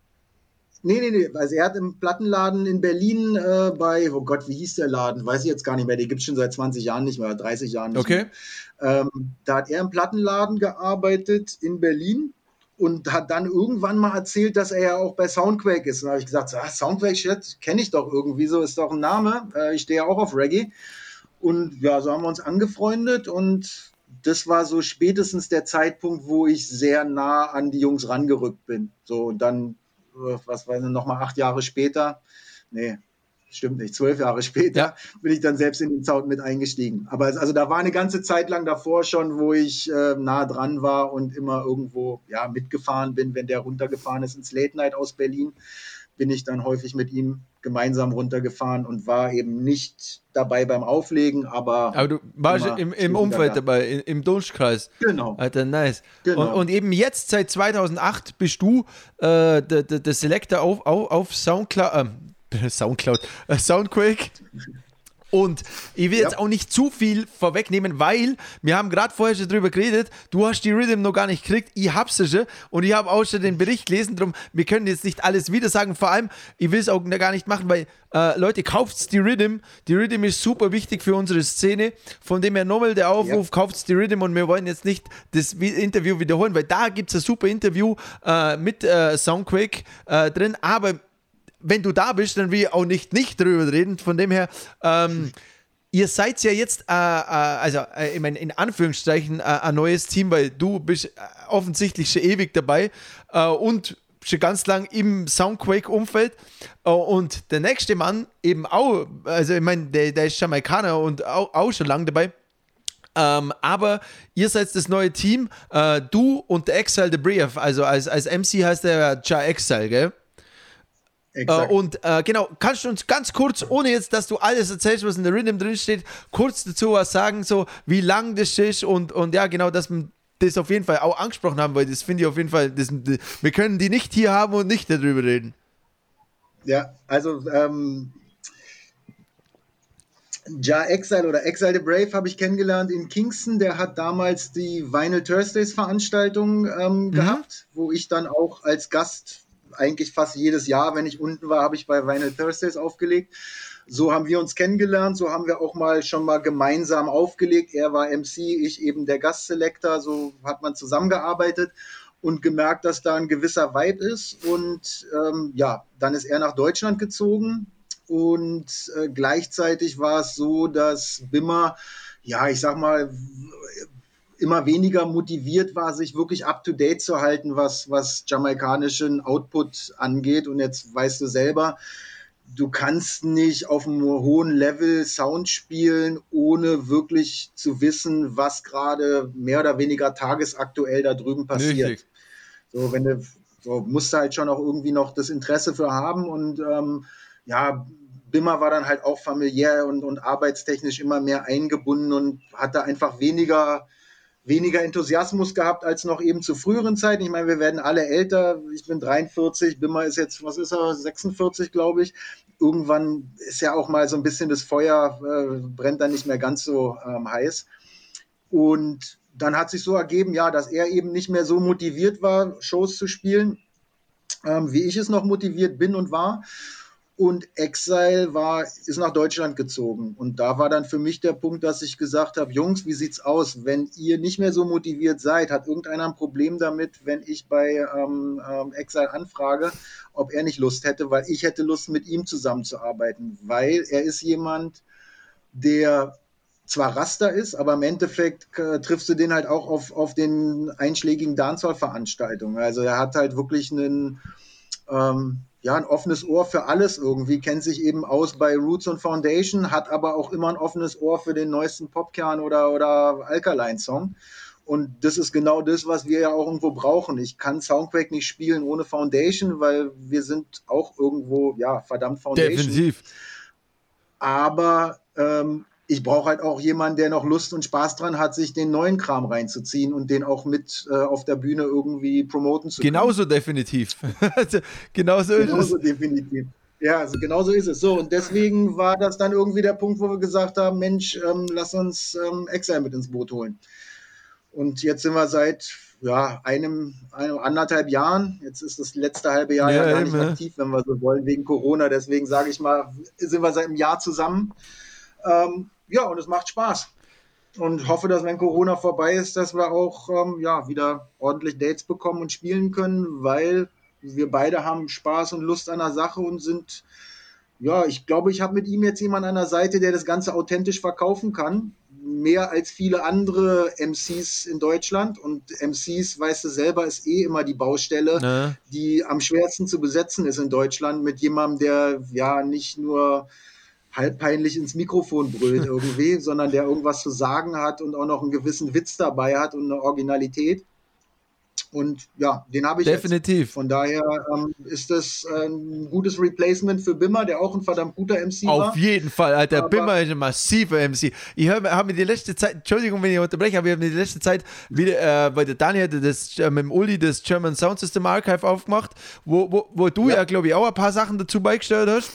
Nee, nee, nee, also er hat im Plattenladen in Berlin äh, bei, oh Gott, wie hieß der Laden? Weiß ich jetzt gar nicht mehr, den gibt es schon seit zwanzig Jahren nicht mehr, dreißig Jahren nicht okay. mehr. Ähm, da hat er im Plattenladen gearbeitet in Berlin und hat dann irgendwann mal erzählt, dass er ja auch bei Soundquake ist. Und da habe ich gesagt, so, ah, Soundquake, shit, kenne ich doch irgendwie so, ist doch ein Name. Äh, ich stehe ja auch auf Reggae. Und ja, so haben wir uns angefreundet und das war so spätestens der Zeitpunkt, wo ich sehr nah an die Jungs rangerückt bin. So, und dann was war denn nochmal acht Jahre später, nee, stimmt nicht, zwölf Jahre später, ja. bin ich dann selbst in den Sound mit eingestiegen. Aber also da war eine ganze Zeit lang davor schon, wo ich äh, nah dran war und immer irgendwo ja, mitgefahren bin, wenn der runtergefahren ist ins Late Night aus Berlin, bin ich dann häufig mit ihm gemeinsam runtergefahren und war eben nicht dabei beim Auflegen, aber... Aber du warst im, im Umfeld da. dabei, im, im Dunstkreis. Genau. Alter, nice. Genau. Und, und eben jetzt, seit zweitausendacht, bist du äh, der, der, der Selector auf, auf, auf Soundcloud, äh, Soundcloud, äh, Soundquake. Und ich will jetzt ja. auch nicht zu viel vorwegnehmen, weil wir haben gerade vorher schon drüber geredet, du hast die Rhythm noch gar nicht gekriegt, ich hab's ja schon und ich habe auch schon den Bericht gelesen, darum, wir können jetzt nicht alles wieder sagen, vor allem, ich will es auch gar nicht machen, weil, äh, Leute, kauft's die Rhythm, die Rhythm ist super wichtig für unsere Szene, von dem her nochmal der Aufruf, ja. kauft's die Rhythm und wir wollen jetzt nicht das Interview wiederholen, weil da gibt's ein super Interview äh, mit äh, Soundquake äh, drin, aber wenn du da bist, dann will ich auch nicht nicht drüber reden. Von dem her, ähm, ihr seid ja jetzt, äh, äh, also äh, ich meine, in Anführungsstrichen, äh, ein neues Team, weil du bist offensichtlich schon ewig dabei äh, und schon ganz lang im Soundquake-Umfeld. Äh, und der nächste Mann eben auch, also ich meine, der, der ist Jamaikaner und auch, auch schon lange dabei. Ähm, aber ihr seid das neue Team, äh, du und der Exile the Brave, also als, als M C heißt der Ja Exile, gell? Äh, und äh, genau, kannst du uns ganz kurz, ohne jetzt, dass du alles erzählst, was in der Rhythm drin steht, kurz dazu was sagen, so wie lang das ist und, und ja, genau, dass wir das auf jeden Fall auch angesprochen haben, weil das finde ich auf jeden Fall, das, wir können die nicht hier haben und nicht darüber reden. Ja, also ähm, Ja Exile oder Exile the Brave habe ich kennengelernt in Kingston, der hat damals die Vinyl Thursdays Veranstaltung ähm, mhm. gehabt, wo ich dann auch als Gast eigentlich fast jedes Jahr, wenn ich unten war, habe ich bei Vinyl Thursdays aufgelegt. So haben wir uns kennengelernt, so haben wir auch mal schon mal gemeinsam aufgelegt. Er war M C, ich eben der Gastselektor, so hat man zusammengearbeitet und gemerkt, dass da ein gewisser Vibe ist. Und ähm, ja, dann ist er nach Deutschland gezogen und äh, gleichzeitig war es so, dass Bimmer, ja, ich sag mal, immer weniger motiviert war, sich wirklich up-to-date zu halten, was, was jamaikanischen Output angeht. Und jetzt weißt du selber, du kannst nicht auf einem hohen Level Sound spielen, ohne wirklich zu wissen, was gerade mehr oder weniger tagesaktuell da drüben passiert. Richtig. So, wenn du, so musst du halt schon auch irgendwie noch das Interesse für haben. Und ähm, ja, Bimmer war dann halt auch familiär und, und arbeitstechnisch immer mehr eingebunden und hatte einfach weniger weniger Enthusiasmus gehabt als noch eben zu früheren Zeiten. Ich meine, wir werden alle älter. Ich bin dreiundvierzig, Bimmer ist jetzt, was ist er, sechsundvierzig, glaube ich. Irgendwann ist ja auch mal so ein bisschen das Feuer, äh, brennt dann nicht mehr ganz so ähm, heiß. Und dann hat sich so ergeben, ja, dass er eben nicht mehr so motiviert war, Shows zu spielen, ähm, wie ich es noch motiviert bin und war. Und Exile war, ist nach Deutschland gezogen. Und da war dann für mich der Punkt, dass ich gesagt habe, Jungs, wie sieht's aus? Wenn ihr nicht mehr so motiviert seid, hat irgendeiner ein Problem damit, wenn ich bei ähm, ähm, Exile anfrage, ob er nicht Lust hätte, weil ich hätte Lust, mit ihm zusammenzuarbeiten. Weil er ist jemand, der zwar Raster ist, aber im Endeffekt äh, triffst du den halt auch auf, auf den einschlägigen Dancehall-Veranstaltungen. Also er hat halt wirklich einen... Ähm, ja, ein offenes Ohr für alles irgendwie, kennt sich eben aus bei Roots und Foundation, hat aber auch immer ein offenes Ohr für den neuesten Popkern oder, oder Alkaline-Song. Und das ist genau das, was wir ja auch irgendwo brauchen. Ich kann Soundquake nicht spielen ohne Foundation, weil wir sind auch irgendwo, ja, verdammt Foundation. Definitiv. Aber ähm, ich brauche halt auch jemanden, der noch Lust und Spaß dran hat, sich den neuen Kram reinzuziehen und den auch mit äh, auf der Bühne irgendwie promoten zu können. Genauso definitiv. Genauso ist Genauso es. definitiv. Ja, also genauso ist es. So, und deswegen war das dann irgendwie der Punkt, wo wir gesagt haben, Mensch, ähm, lass uns ähm, Exile mit ins Boot holen. Und jetzt sind wir seit ja, einem, einem anderthalb Jahren, jetzt ist das letzte halbe Jahr ja, ja gar nicht eben. aktiv, wenn wir so wollen, wegen Corona. Deswegen sage ich mal, sind wir seit einem Jahr zusammen. Ähm, ja, und es macht Spaß. Und hoffe, dass wenn Corona vorbei ist, dass wir auch ähm, ja, wieder ordentlich Dates bekommen und spielen können, weil wir beide haben Spaß und Lust an der Sache und sind, ja, ich glaube, ich habe mit ihm jetzt jemanden an der Seite, der das Ganze authentisch verkaufen kann. Mehr als viele andere M Cs in Deutschland. Und M Cs, weißt du selber, ist eh immer die Baustelle, ja. die am schwersten zu besetzen ist in Deutschland mit jemandem, der ja nicht nur halb peinlich ins Mikrofon brüllt irgendwie, sondern der irgendwas zu sagen hat und auch noch einen gewissen Witz dabei hat und eine Originalität. Und ja, den habe ich definitiv. Jetzt. Von daher ähm, ist das ein gutes Replacement für Bimmer, der auch ein verdammt guter M C war. Auf jeden Fall, Alter. Aber Bimmer ist ein massiver M C. Ich habe mir die letzte Zeit, Entschuldigung, wenn ich unterbreche, aber ich habe mir die letzte Zeit wieder, äh, weil der Dani hatte das, äh, mit dem Uli das German Sound System Archive aufgemacht, wo, wo, wo du ja, ja glaube ich, auch ein paar Sachen dazu beigesteuert hast.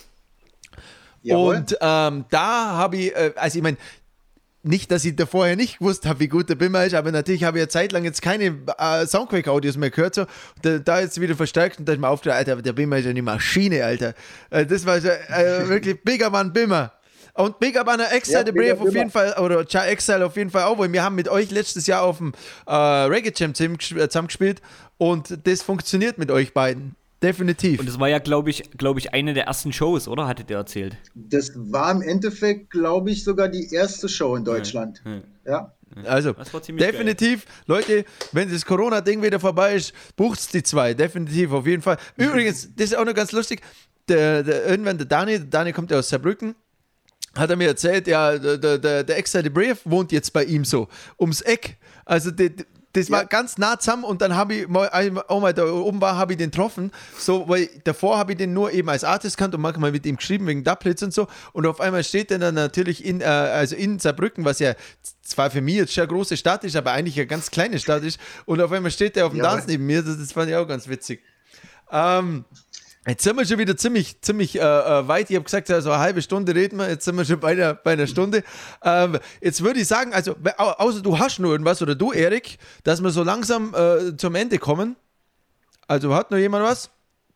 Jawohl. Und ähm, da habe ich, äh, also ich meine, nicht, dass ich da vorher nicht gewusst habe, wie gut der Bimmer ist, aber natürlich habe ich ja zeitlang jetzt keine äh, Soundquake-Audios mehr gehört. So. Da, da jetzt wieder verstärkt und da ist mir aufgefallen, Alter, der Bimmer ist ja eine Maschine, Alter. Äh, das war so, äh, wirklich Bigger Mann Bimmer. Und Big Up an der Exile, ja, Brave auf jeden Fall, oder Cha Exile auf jeden Fall auch, weil wir haben mit euch letztes Jahr auf dem äh, Reggae Jam zusammengespielt und das funktioniert mit euch beiden. Definitiv. Und das war ja, glaube ich, glaube ich, eine der ersten Shows, oder? Hattet ihr erzählt? Das war im Endeffekt, glaube ich, sogar die erste Show in Deutschland. Hm. Hm. Ja. Also, definitiv, geil. Leute, wenn das Corona-Ding wieder vorbei ist, bucht's die zwei. Definitiv, auf jeden Fall. Übrigens, das ist auch noch ganz lustig. Der, der, irgendwann der Dani, der Dani kommt ja aus Saarbrücken, hat er mir erzählt, ja, der, der, der Exile Brave wohnt jetzt bei ihm so, ums Eck. Also, die, das war ja ganz nah zusammen und dann habe ich mal, auch mal da oben war, habe ich den getroffen, so, weil davor habe ich den nur eben als Artist kannt und manchmal mit ihm geschrieben wegen Dublitz und so und auf einmal steht der dann natürlich in, äh, also in Saarbrücken, was ja zwar für mich jetzt schon eine große Stadt ist, aber eigentlich eine ganz kleine Stadt ist und auf einmal steht der auf dem ja. Dance neben mir, das, das fand ich auch ganz witzig. Ähm, Jetzt sind wir schon wieder ziemlich, ziemlich äh, weit. Ich habe gesagt, so eine halbe Stunde reden wir. Jetzt sind wir schon bei einer, bei einer Stunde. Ähm, jetzt würde ich sagen, also außer du hast nur irgendwas oder du, Erik, dass wir so langsam äh, zum Ende kommen. Also hat noch jemand was?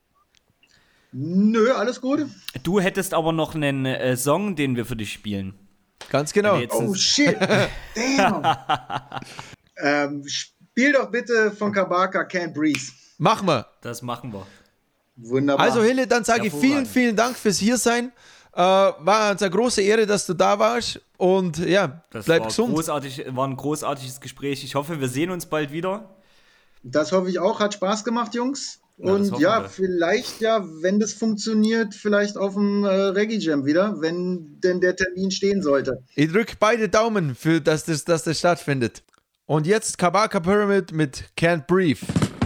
Nö, alles gut. Du hättest aber noch einen äh, Song, den wir für dich spielen. Ganz genau. Oh shit, damn. ähm, spiel doch bitte von Kabaka Can't Breathe. Machen wir. Das machen wir. Wunderbar. Also Hille, dann sage ich vielen, vielen Dank fürs Hiersein. Äh, war uns eine große Ehre, dass du da warst und ja, das bleib war gesund. Großartig, war ein großartiges Gespräch. Ich hoffe, wir sehen uns bald wieder. Das hoffe ich auch. Hat Spaß gemacht, Jungs. Ja, und ja, wir. vielleicht ja, wenn das funktioniert, vielleicht auf dem äh, Reggae Jam wieder, wenn denn der Termin stehen sollte. Ich drücke beide Daumen, für, dass, das, dass das stattfindet. Und jetzt Kabaka Pyramid mit Can't Breathe.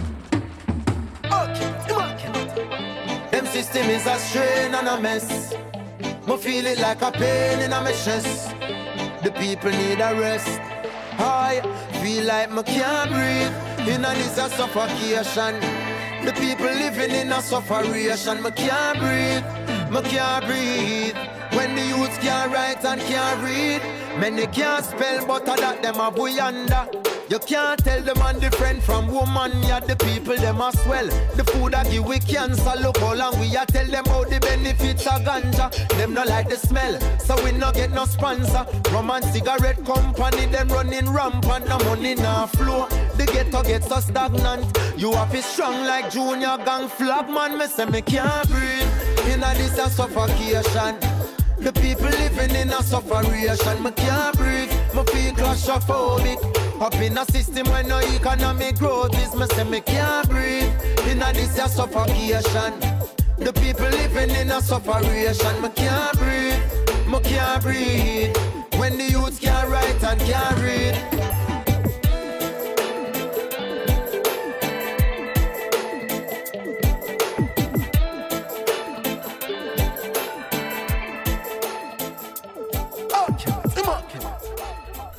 System is a strain and a mess. Me feel it like a pain in my chest. The people need a rest. I feel like me can't breathe. In a this a suffocation. The people living in a sufferation. Me can't breathe. Me can't breathe. When the youths can't write and can't read. Many can't spell, but I that them a boy under. You can't tell the man different from woman. Yeah, the people them a swell. The food I give we cancer. Look how long we a tell them how the benefits of ganja. Them not like the smell, so we no get no sponsor. Rum and cigarette company them running rampant. No money nah flow. The ghetto get so stagnant. You have it strong like Junior Gang flag man. Me say me can't breathe. In a this a suffocation. The people living in a sufferation. Me can't breathe. Me feel claustrophobic. Up in a system where no economic growth is. Me say me can't breathe. In a this a suffocation. The people living in a sufferation. Me can't breathe. Me can't breathe. When the youths can't write and can't read.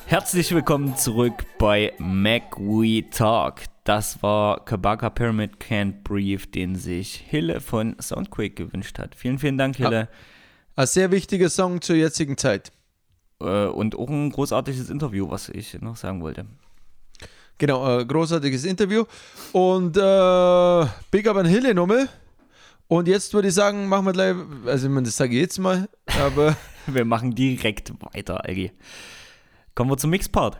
Herzlich willkommen zurück bei Mac We Talk. Das war Kabaka Pyramid Can't Breathe, den sich Hille von Soundquake gewünscht hat. Vielen, vielen Dank, Hille. Ein sehr wichtiger Song zur jetzigen Zeit. Äh, und auch ein großartiges Interview, was ich noch sagen wollte. Genau, ein großartiges Interview. Und äh, Big Up an Hille nochmal. Und jetzt würde ich sagen, machen wir gleich, also ich meine, das sage ich jetzt mal, aber... Wir machen direkt weiter, Algi. Kommen wir zum Mixpart.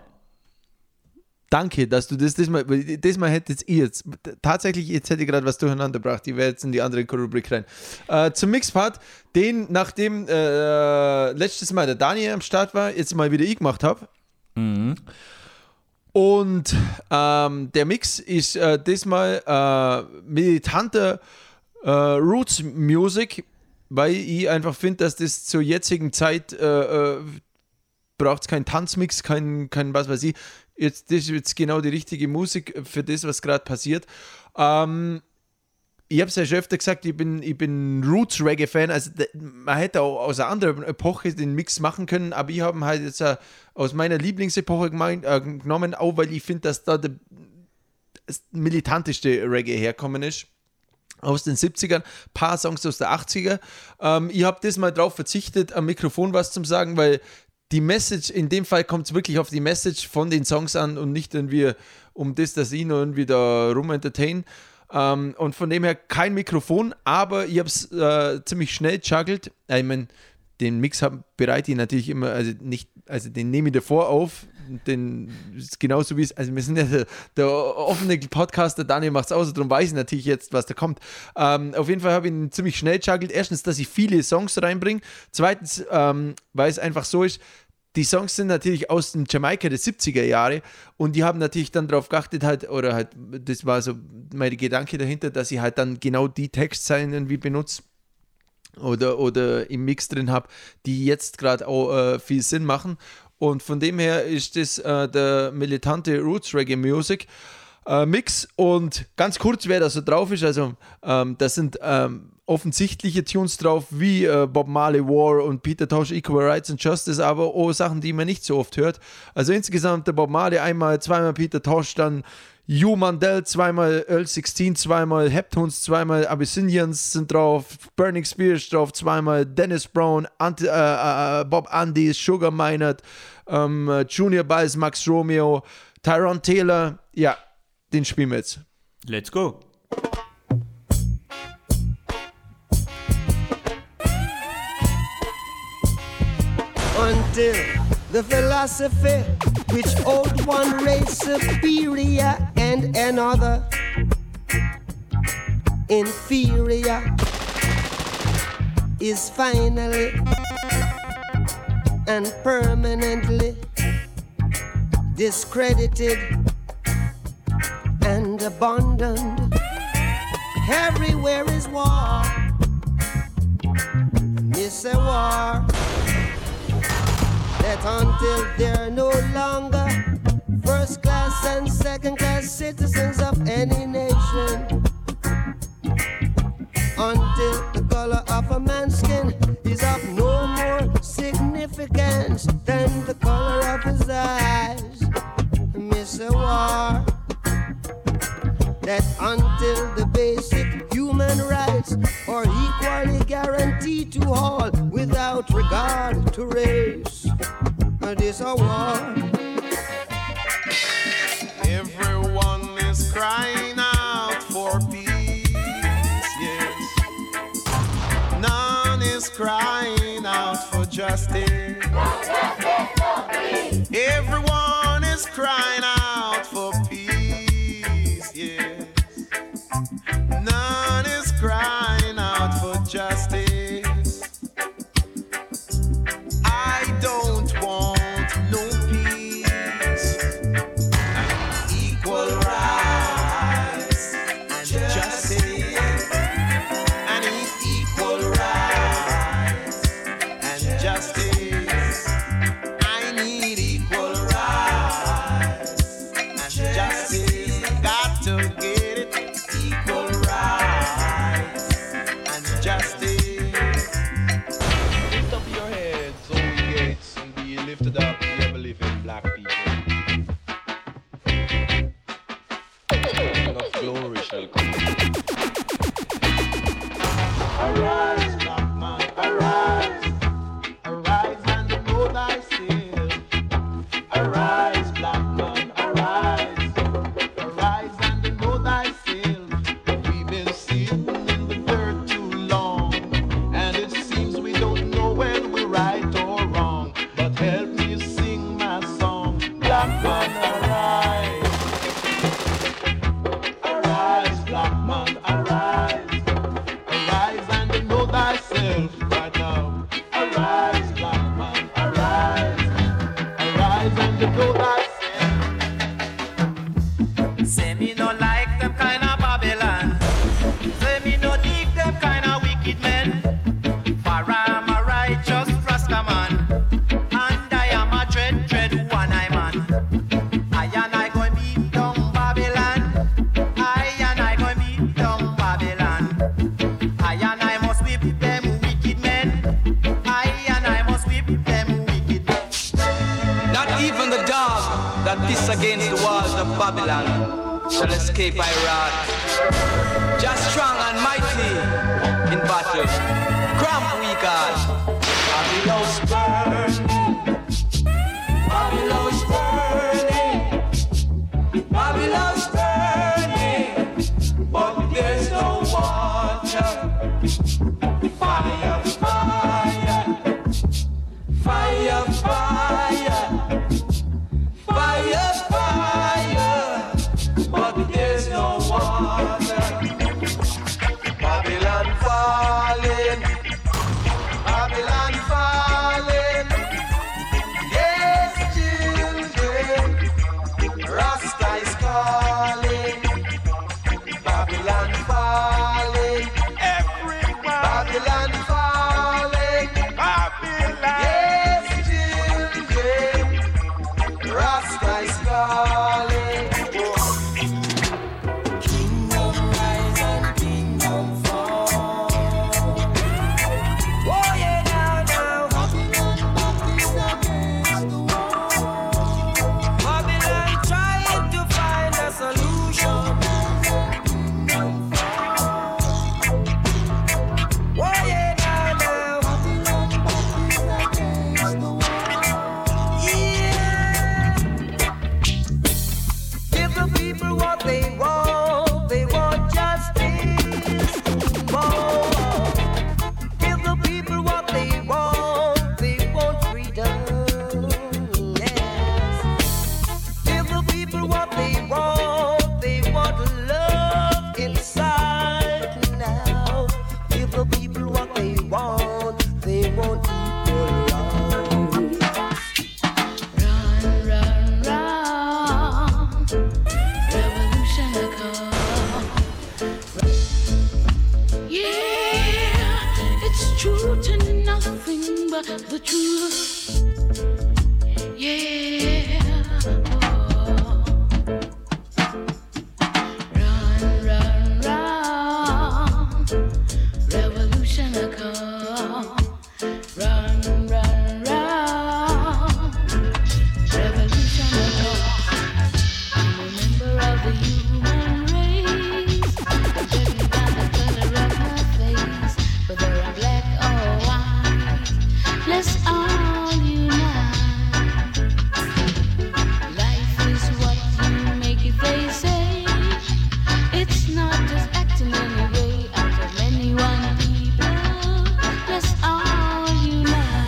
Danke, dass du das diesmal, diesmal hättet ihr jetzt, tatsächlich, jetzt hätte ich gerade was durcheinander gebracht, die wäre jetzt in die andere Rubrik rein. Äh, zum Mixpart, den, nachdem äh, letztes Mal der Daniel am Start war, jetzt mal wieder ich gemacht habe. Mhm. Und ähm, der Mix ist äh, diesmal äh, militanter äh, Roots Music, weil ich einfach finde, dass das zur jetzigen Zeit äh, äh, braucht es keinen Tanzmix, kein, kein was weiß ich. Jetzt, das ist jetzt genau die richtige Musik für das, was gerade passiert. Ähm, ich habe es ja schon öfter gesagt, ich bin, ich bin Roots-Reggae-Fan. Also man hätte auch aus einer anderen Epoche den Mix machen können, aber ich habe ihn halt jetzt uh, aus meiner Lieblingsepoche gemein, äh, genommen, auch weil ich finde, dass da der das militanteste Reggae herkommen ist. Aus den siebzigern, paar Songs aus der achtziger. Ähm, ich habe das mal drauf verzichtet, am Mikrofon was zu sagen, weil die Message, in dem Fall kommt es wirklich auf die Message von den Songs an und nicht irgendwie um das, dass ich noch irgendwie da rum entertain. Ähm, und von dem her kein Mikrofon, aber ich habe es äh, ziemlich schnell juggelt. Ich meine, den Mix hab, bereite ich natürlich immer, also nicht, also den nehme ich davor auf, den ist genauso wie es, also wir sind ja der, der offene Podcaster, Daniel macht es aus, darum weiß ich natürlich jetzt, was da kommt. Ähm, auf jeden Fall habe ich ihn ziemlich schnell juggelt. Erstens, dass ich viele Songs reinbringe. Zweitens, ähm, weil es einfach so ist, die Songs sind natürlich aus dem Jamaika der siebziger Jahre und die haben natürlich dann darauf geachtet, halt, oder halt, das war so mein Gedanke dahinter, dass ich halt dann genau die Textzeilen irgendwie benutze oder, oder im Mix drin habe, die jetzt gerade auch äh, viel Sinn machen. Und von dem her ist das äh, der militante Roots Reggae Music äh, Mix. Und ganz kurz, wer da so drauf ist, also ähm, das sind ähm, offensichtliche Tunes drauf, wie äh, Bob Marley War und Peter Tosh Equal Rights and Justice, aber auch Sachen, die man nicht so oft hört. Also insgesamt der Bob Marley einmal, zweimal Peter Tosh, dann Hugh Mandel, zweimal Earl sixteen, zweimal Heptones, zweimal Abyssinians sind drauf, Burning Spears drauf, zweimal Dennis Brown, Ant- äh, äh, Bob Andy, Sugar Minot, ähm, Junior Bass, Max Romeo, Tyrone Taylor, ja, den spielen wir jetzt. Let's go. Until the philosophy which owed one race superior and another inferior is finally and permanently discredited and abandoned. Everywhere is war. It's a war. That until they're no longer first class and second class citizens of any nation, until the color of a man's skin is of no more significance than the color of his eyes, miss a war. That until the basic human rights are equally guaranteed to all without regard to race, this a war. Everyone is crying out for peace, yes. None is crying out for justice. Everyone is crying out for peace, yes. None is crying out for justice. I don't want no peace, equal rights and justice. I need equal rights and justice. I need equal rights against the walls of Babylon shall escape by wrath. Just strong and mighty in battle, cramp we God. Babylon's burning, Babylon's burning, Babylon's burning, but there's no water. Fire, fire, fire, fire, fire, fire, but there's no water. Babylon falling, Babylon falling, yes children, Rasta is calling, Babylon falling, everybody, Babylon falling, Babylon, yes children, Rasta is calling. Kingdom rise and kingdom fall. Oh yeah, now, now. Babylon is against the wall. Babylon trying to find a solution. Oh yeah, now, now. Babylon is against the wall. Yeah. Give the people what they want. They want justice. More. Give the people what they want. They want freedom. Yes. Give the people what they want. They want love inside now. Give the people what they want. They want equal rights. Run, run, run. Revolution a come. Yeah, it's true to nothing but the truth. Yeah. Oh. Run, run, run. Revolution a come. Run, run, run. Revolution a come. I'm a member of the human race. Judging by the color of my face, whether I'm black or white, let's all unite. Life is what you make it, they say. It's not just acting anyway out of many one people. Let's all unite.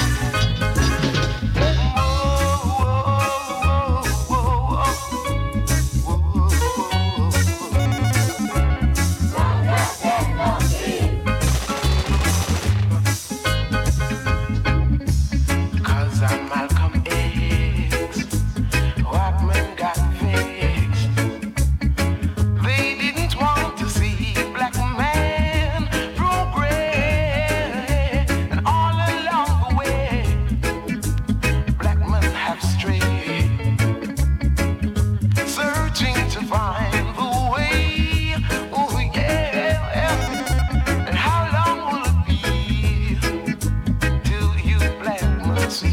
Cause I'm Malcolm X. White men got fixed. They didn't want to see black man progress. And all along the way, black men have strayed, searching to find the way. Oh yeah. And how long will it be till you black men see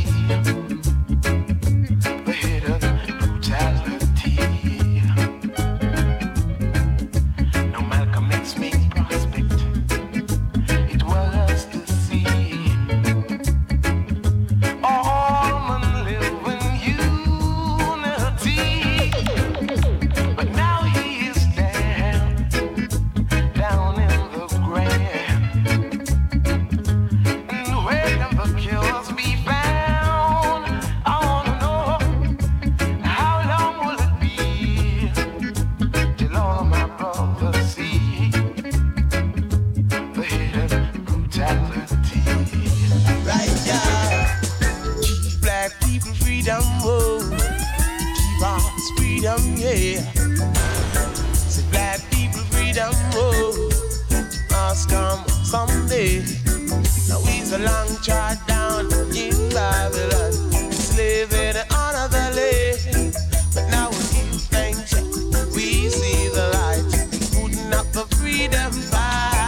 the hidden brutality? No Malcolm X main prospect, it was to see all men live in unity. But now he is down, down in the ground. And where can the cures be found? I wanna know, how long will it be till all of my brothers see the hidden brutality? Right, yeah. Keep black people freedom, whoa. Keep us freedom, yeah. Say black people freedom, whoa. Must come someday. Now he's a long trot down in Babylon, enslaving another land. But now we give thanks, we see the light, putting up the freedom fight.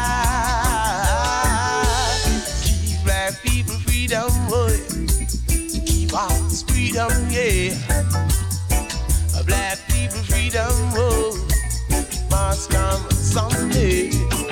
Keep black people freedom, boy. Keep us freedom, yeah. black people freedom oh, must come someday.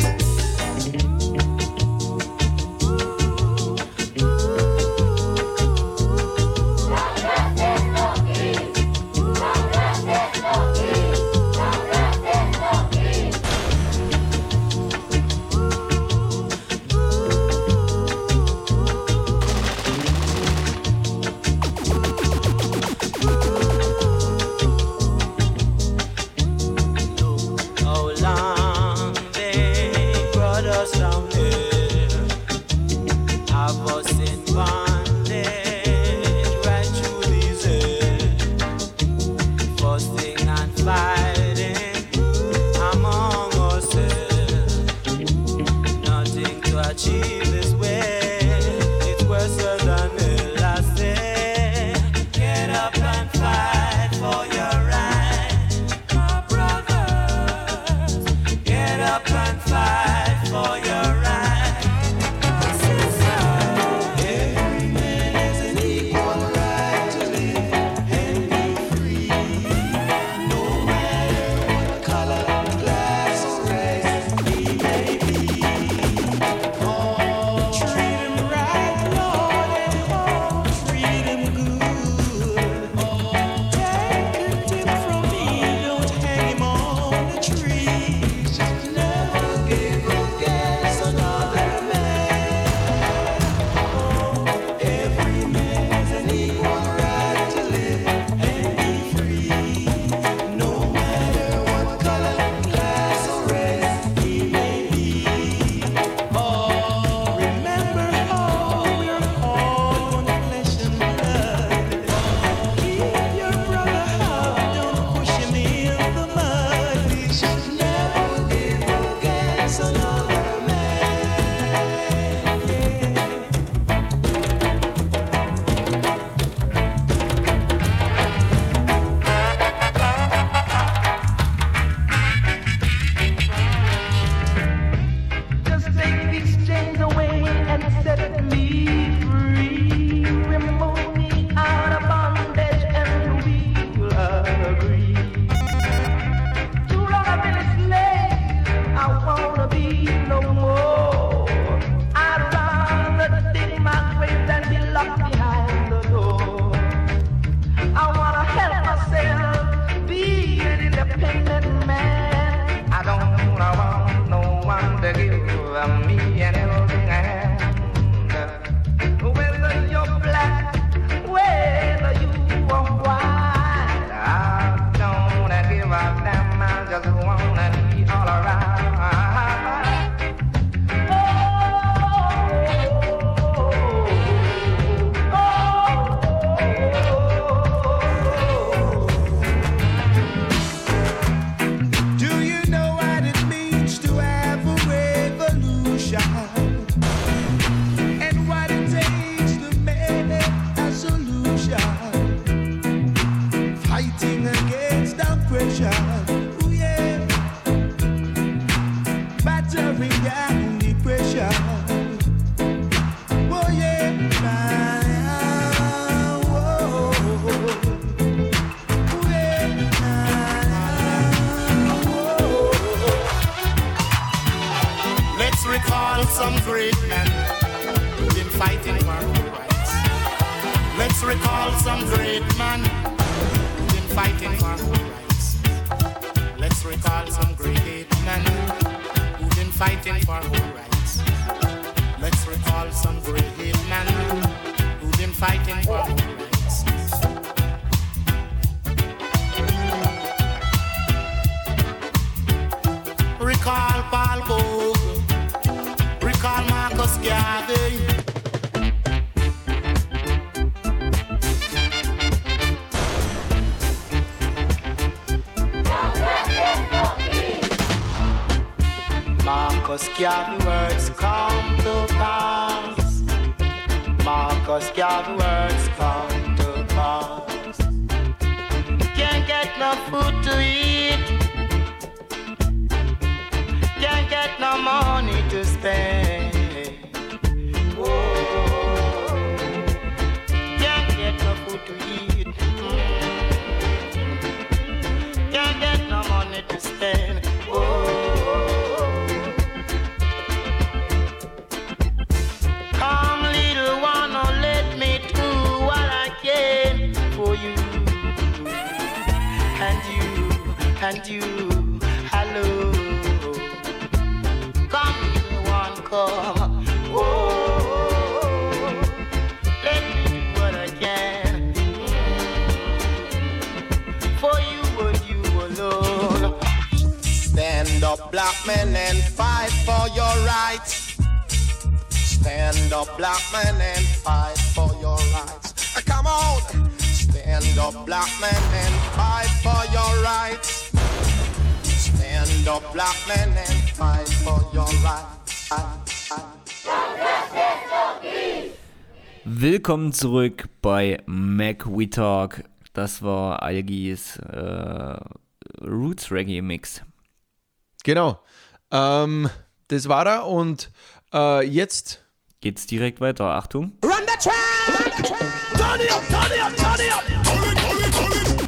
Marcus Garvey words come to pass. Marcus Garvey words come to pass. Can't get no food to eat. Can't get no money to spend. Whoa. Can't get no food to eat. Mm. and you, hello. Come, little one, come. Oh, let me do what I can for you and you alone. Stand up, black men, and fight for your rights. Stand up, black men, and fight for your rights. Come on, stand up, black men, and fight for your rights. Stand up, black men, and fight for your rights. Willkommen zurück bei Mac We Talk. Das war Algis äh, Roots Reggae Mix. Genau. Ähm, das war er und äh, jetzt geht's direkt weiter. Achtung. Run the track! Run the track! Turn it up, turn it up, turn it up! Turn it, turn it, turn it!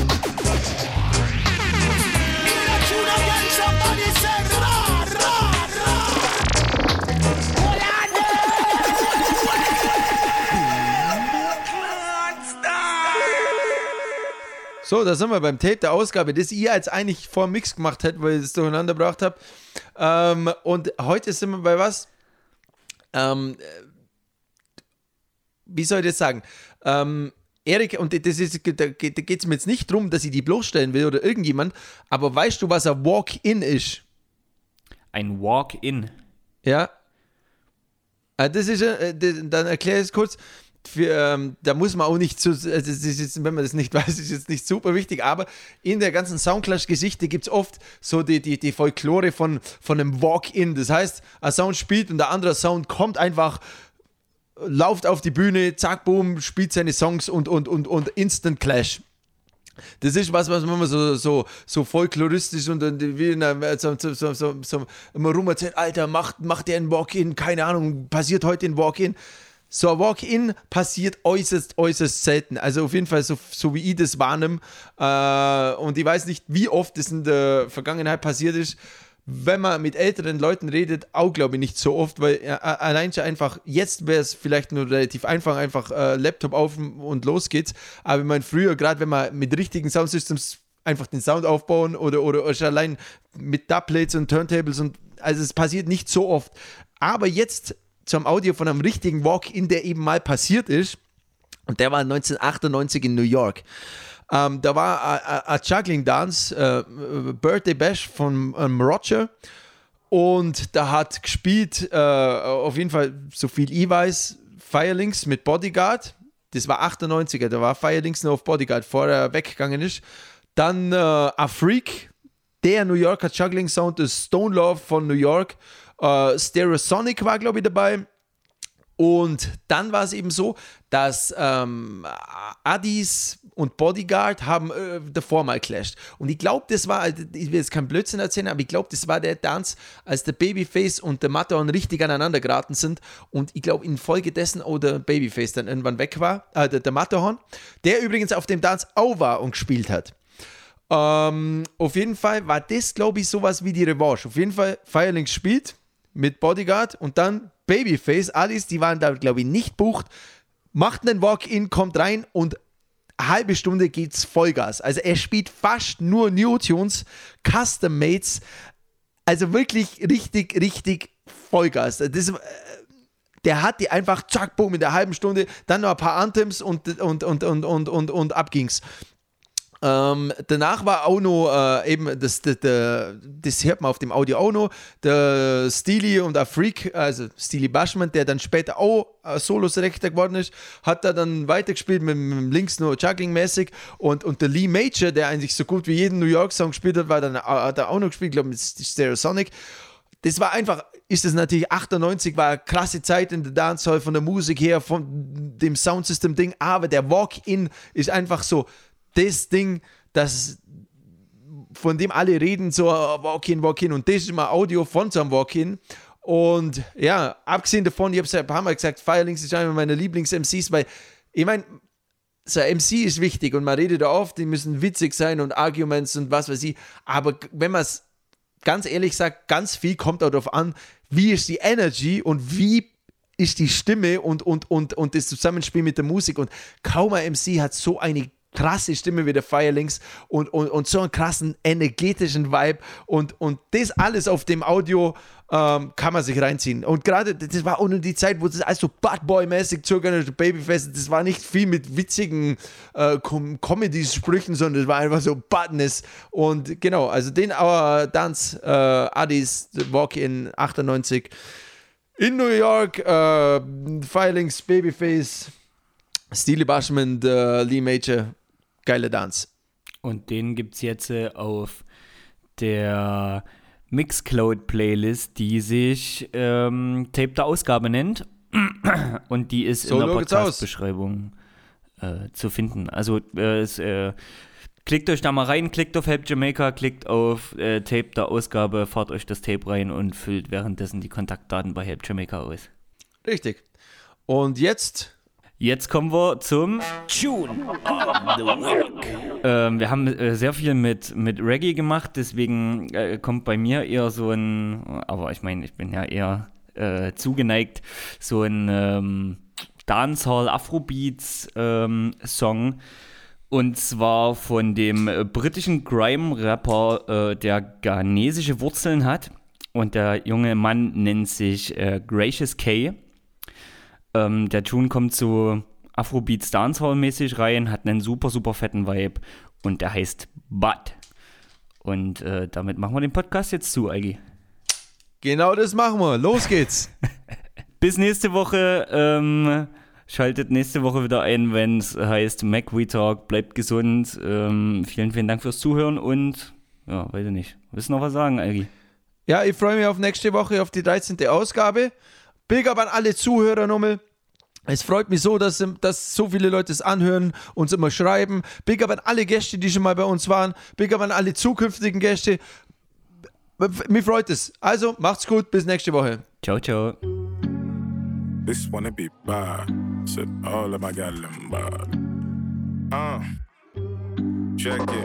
Hear that tune again, somebody say ra, ra, ra! Hold on there! So, da sind wir beim Tape der Ausgabe, das ihr als eigentlich vor dem Mix gemacht hättet, weil ich es durcheinander gebracht habe. Ähm, und heute sind wir bei was? Ähm, wie soll ich das sagen? Ähm, Erik, und das ist, da geht es mir jetzt nicht darum, dass ich die bloßstellen will oder irgendjemand, aber weißt du, was ein Walk-In ist? Ein Walk-In? Ja. Äh, das ist, äh, das, dann erkläre ich es kurz. Für, ähm, da muss man auch nicht so, also das ist jetzt, wenn man das nicht weiß, ist jetzt nicht super wichtig, aber in der ganzen Soundclash-Geschichte gibt es oft so die, die, die Folklore von, von einem Walk-In. Das heißt, ein Sound spielt und der andere Sound kommt einfach, lauft auf die Bühne, zack, boom, spielt seine Songs und, und, und, und Instant Clash. Das ist was, was man so, so, so folkloristisch und wie in einer, so, so, so, so, so immer rum erzählt, Alter, macht, macht der einen Walk-In, keine Ahnung, passiert heute ein Walk-In. So ein Walk-In passiert äußerst, äußerst selten. Also auf jeden Fall so, so wie ich das wahrnehme. Äh, und ich weiß nicht, wie oft das in der Vergangenheit passiert ist. Wenn man mit älteren Leuten redet, auch glaube ich nicht so oft, weil äh, allein schon einfach, jetzt wäre es vielleicht nur relativ einfach, einfach äh, Laptop auf und los geht's. Aber ich meine, früher, gerade wenn man mit richtigen Soundsystems einfach den Sound aufbauen oder, oder, oder schon allein mit Dubplates und Turntables und also es passiert nicht so oft. Aber jetzt zum Audio von einem richtigen Walk-In, der eben mal passiert ist. Und der war neunzehnhundertachtundneunzig in New York. Ähm, da war ein Juggling Dance, äh, Birthday Bash von ähm, Roger. Und da hat gespielt, äh, auf jeden Fall, so viel ich weiß, Firelinks mit Bodyguard. Das war achtundneunziger, da war Firelinks noch auf Bodyguard, bevor er weggegangen ist. Dann äh, A Freak, der New Yorker Juggling Sound, das Stone Love von New York. Uh, Stereosonic war, glaube ich, dabei. Und dann war es eben so, dass ähm, Addis und Bodyguard haben äh, davor mal clashed. Und ich glaube, das war, ich will jetzt keinen Blödsinn erzählen, aber ich glaube, das war der Dance, als der Babyface und der Matterhorn richtig aneinander geraten sind. Und ich glaube, infolgedessen auch der Babyface dann irgendwann weg war, äh, der, der Matterhorn, der übrigens auf dem Dance auch war und gespielt hat. Ähm, auf jeden Fall war das, glaube ich, sowas wie die Revanche. Auf jeden Fall, Firelinks spielt mit Bodyguard und dann Babyface, Alice, die waren da, glaube ich, nicht bucht, macht einen Walk-In, kommt rein und eine halbe Stunde geht's Vollgas. Also er spielt fast nur New Tunes, Custom Mates, also wirklich richtig, richtig Vollgas. Das, der hat die einfach, zack, boom, in der halben Stunde, dann noch ein paar Anthems und, und, und, und, und, und, und ab ging's. Ähm, danach war auch noch äh, eben, das, das, das, das hört man auf dem Audio auch noch, der Steely und der Freak, also Steely Bashman, der dann später auch äh, Solos-Rektor geworden ist, hat da dann weitergespielt mit, mit links nur Juggling-mäßig und, und der Lee Major, der eigentlich so gut wie jeden New York-Song gespielt hat, war dann, hat er auch noch gespielt, glaube ich, mit Stereosonic. Das war einfach, ist das natürlich achtundneunzig, war eine krasse Zeit in der Dancehall von der Musik her, von dem Soundsystem-Ding, aber der Walk-In ist einfach so das Ding, das, von dem alle reden, so Walk-In, Walk-In und das ist immer Audio von so einem Walk-In und ja, abgesehen davon, ich habe es ja ein paar Mal gesagt, Firelinks ist einer meiner Lieblings-M Cs, weil ich meine, so ein M C ist wichtig und man redet da oft, die müssen witzig sein und Arguments und was weiß ich, aber wenn man es ganz ehrlich sagt, ganz viel kommt auch darauf an, wie ist die Energy und wie ist die Stimme und, und, und, und das Zusammenspiel mit der Musik und kaum ein M C hat so eine krasse Stimme wie der Firelings und, und, und so einen krassen energetischen Vibe und, und das alles auf dem Audio ähm, kann man sich reinziehen. Und gerade, das war auch nur die Zeit, wo das alles so Bad Boy-mäßig zugegangen ist, Babyface, das war nicht viel mit witzigen äh, Com- Comedy-Sprüchen, sondern das war einfach so Badness. Und genau, also den Our Dance äh, Addis Walk-In achtundneunzig in New York, äh, Firelings, Babyface, Steely Bashment, äh, Lee Major, geile Dance. Und den gibt es jetzt äh, auf der Mixcloud-Playlist, die sich ähm, Tape der Ausgabe nennt. Und die ist so in der Podcast-Beschreibung äh, zu finden. Also äh, es, äh, klickt euch da mal rein, klickt auf Help Jamaica, klickt auf äh, Tape der Ausgabe, fahrt euch das Tape rein und füllt währenddessen die Kontaktdaten bei Help Jamaica aus. Richtig. Und jetzt... Jetzt kommen wir zum Tune of the Week. Ähm, wir haben äh, sehr viel mit, mit Reggae gemacht, deswegen äh, kommt bei mir eher so ein, aber ich meine, ich bin ja eher äh, zugeneigt, so ein ähm, Dancehall Afrobeats ähm, Song. Und zwar von dem äh, britischen Grime-Rapper, äh, der ghanesische Wurzeln hat. Und der junge Mann nennt sich äh, Gracious K. Ähm, der Tune kommt so Afrobeats Dancehall-mäßig rein, hat einen super, super fetten Vibe und der heißt Bud. Und äh, damit machen wir den Podcast jetzt zu, Algi. Genau das machen wir. Los geht's. Bis nächste Woche. Ähm, schaltet nächste Woche wieder ein, wenn es heißt Mac We Talk. Bleibt gesund. Ähm, vielen, vielen Dank fürs Zuhören und ja, weiß ich nicht. Willst du noch was sagen, Algi? Ja, ich freue mich auf nächste Woche, auf die dreizehnte Ausgabe. Big up an alle Zuhörer nochmal. Es freut mich so, dass, dass so viele Leute es anhören, uns immer schreiben. Big up an alle Gäste, die schon mal bei uns waren. Big up an alle zukünftigen Gäste. Mir freut es. Also, macht's gut, bis nächste Woche. Ciao, ciao. This wanna be bad. Said all of my gal them bad. Uh, check it.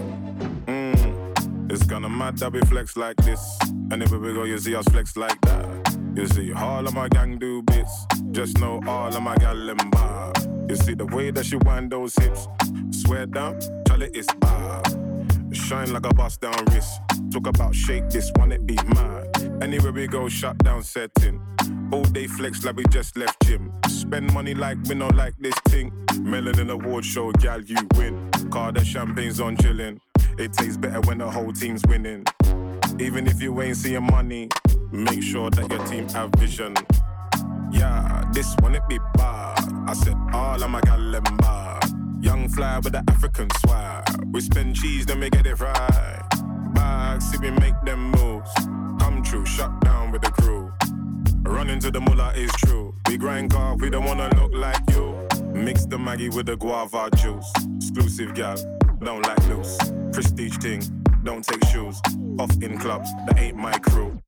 Mm. It's gonna mad that we flex like this. And if we go, you see us flex like that. You see, all of my gang do bits. Just know all of my gal them bad. You see the way that she wind those hips. Swear down, Charlie is bad. Shine like a bust down wrist. Talk about shake this one, it be mad. Anywhere we go, shut down setting. All day flex like we just left gym. Spend money like we know like this thing. Melanin award show, gal, you win. Car the champagne's on chillin'. It tastes better when the whole team's winning. Even if you ain't seeing money, make sure that your team have vision. Yeah, this one it be bad. I said all of my gal them bad. Young fly with the African swag. We spend cheese, then we get it right. Bags, see we make them moves. Come true, shut down with the crew. Running to the mullah is true. We grind car, we don't wanna look like you. Mix the Maggie with the guava juice. Exclusive gal, don't like loose. Prestige thing, don't take shoes. Off in clubs, that ain't my crew.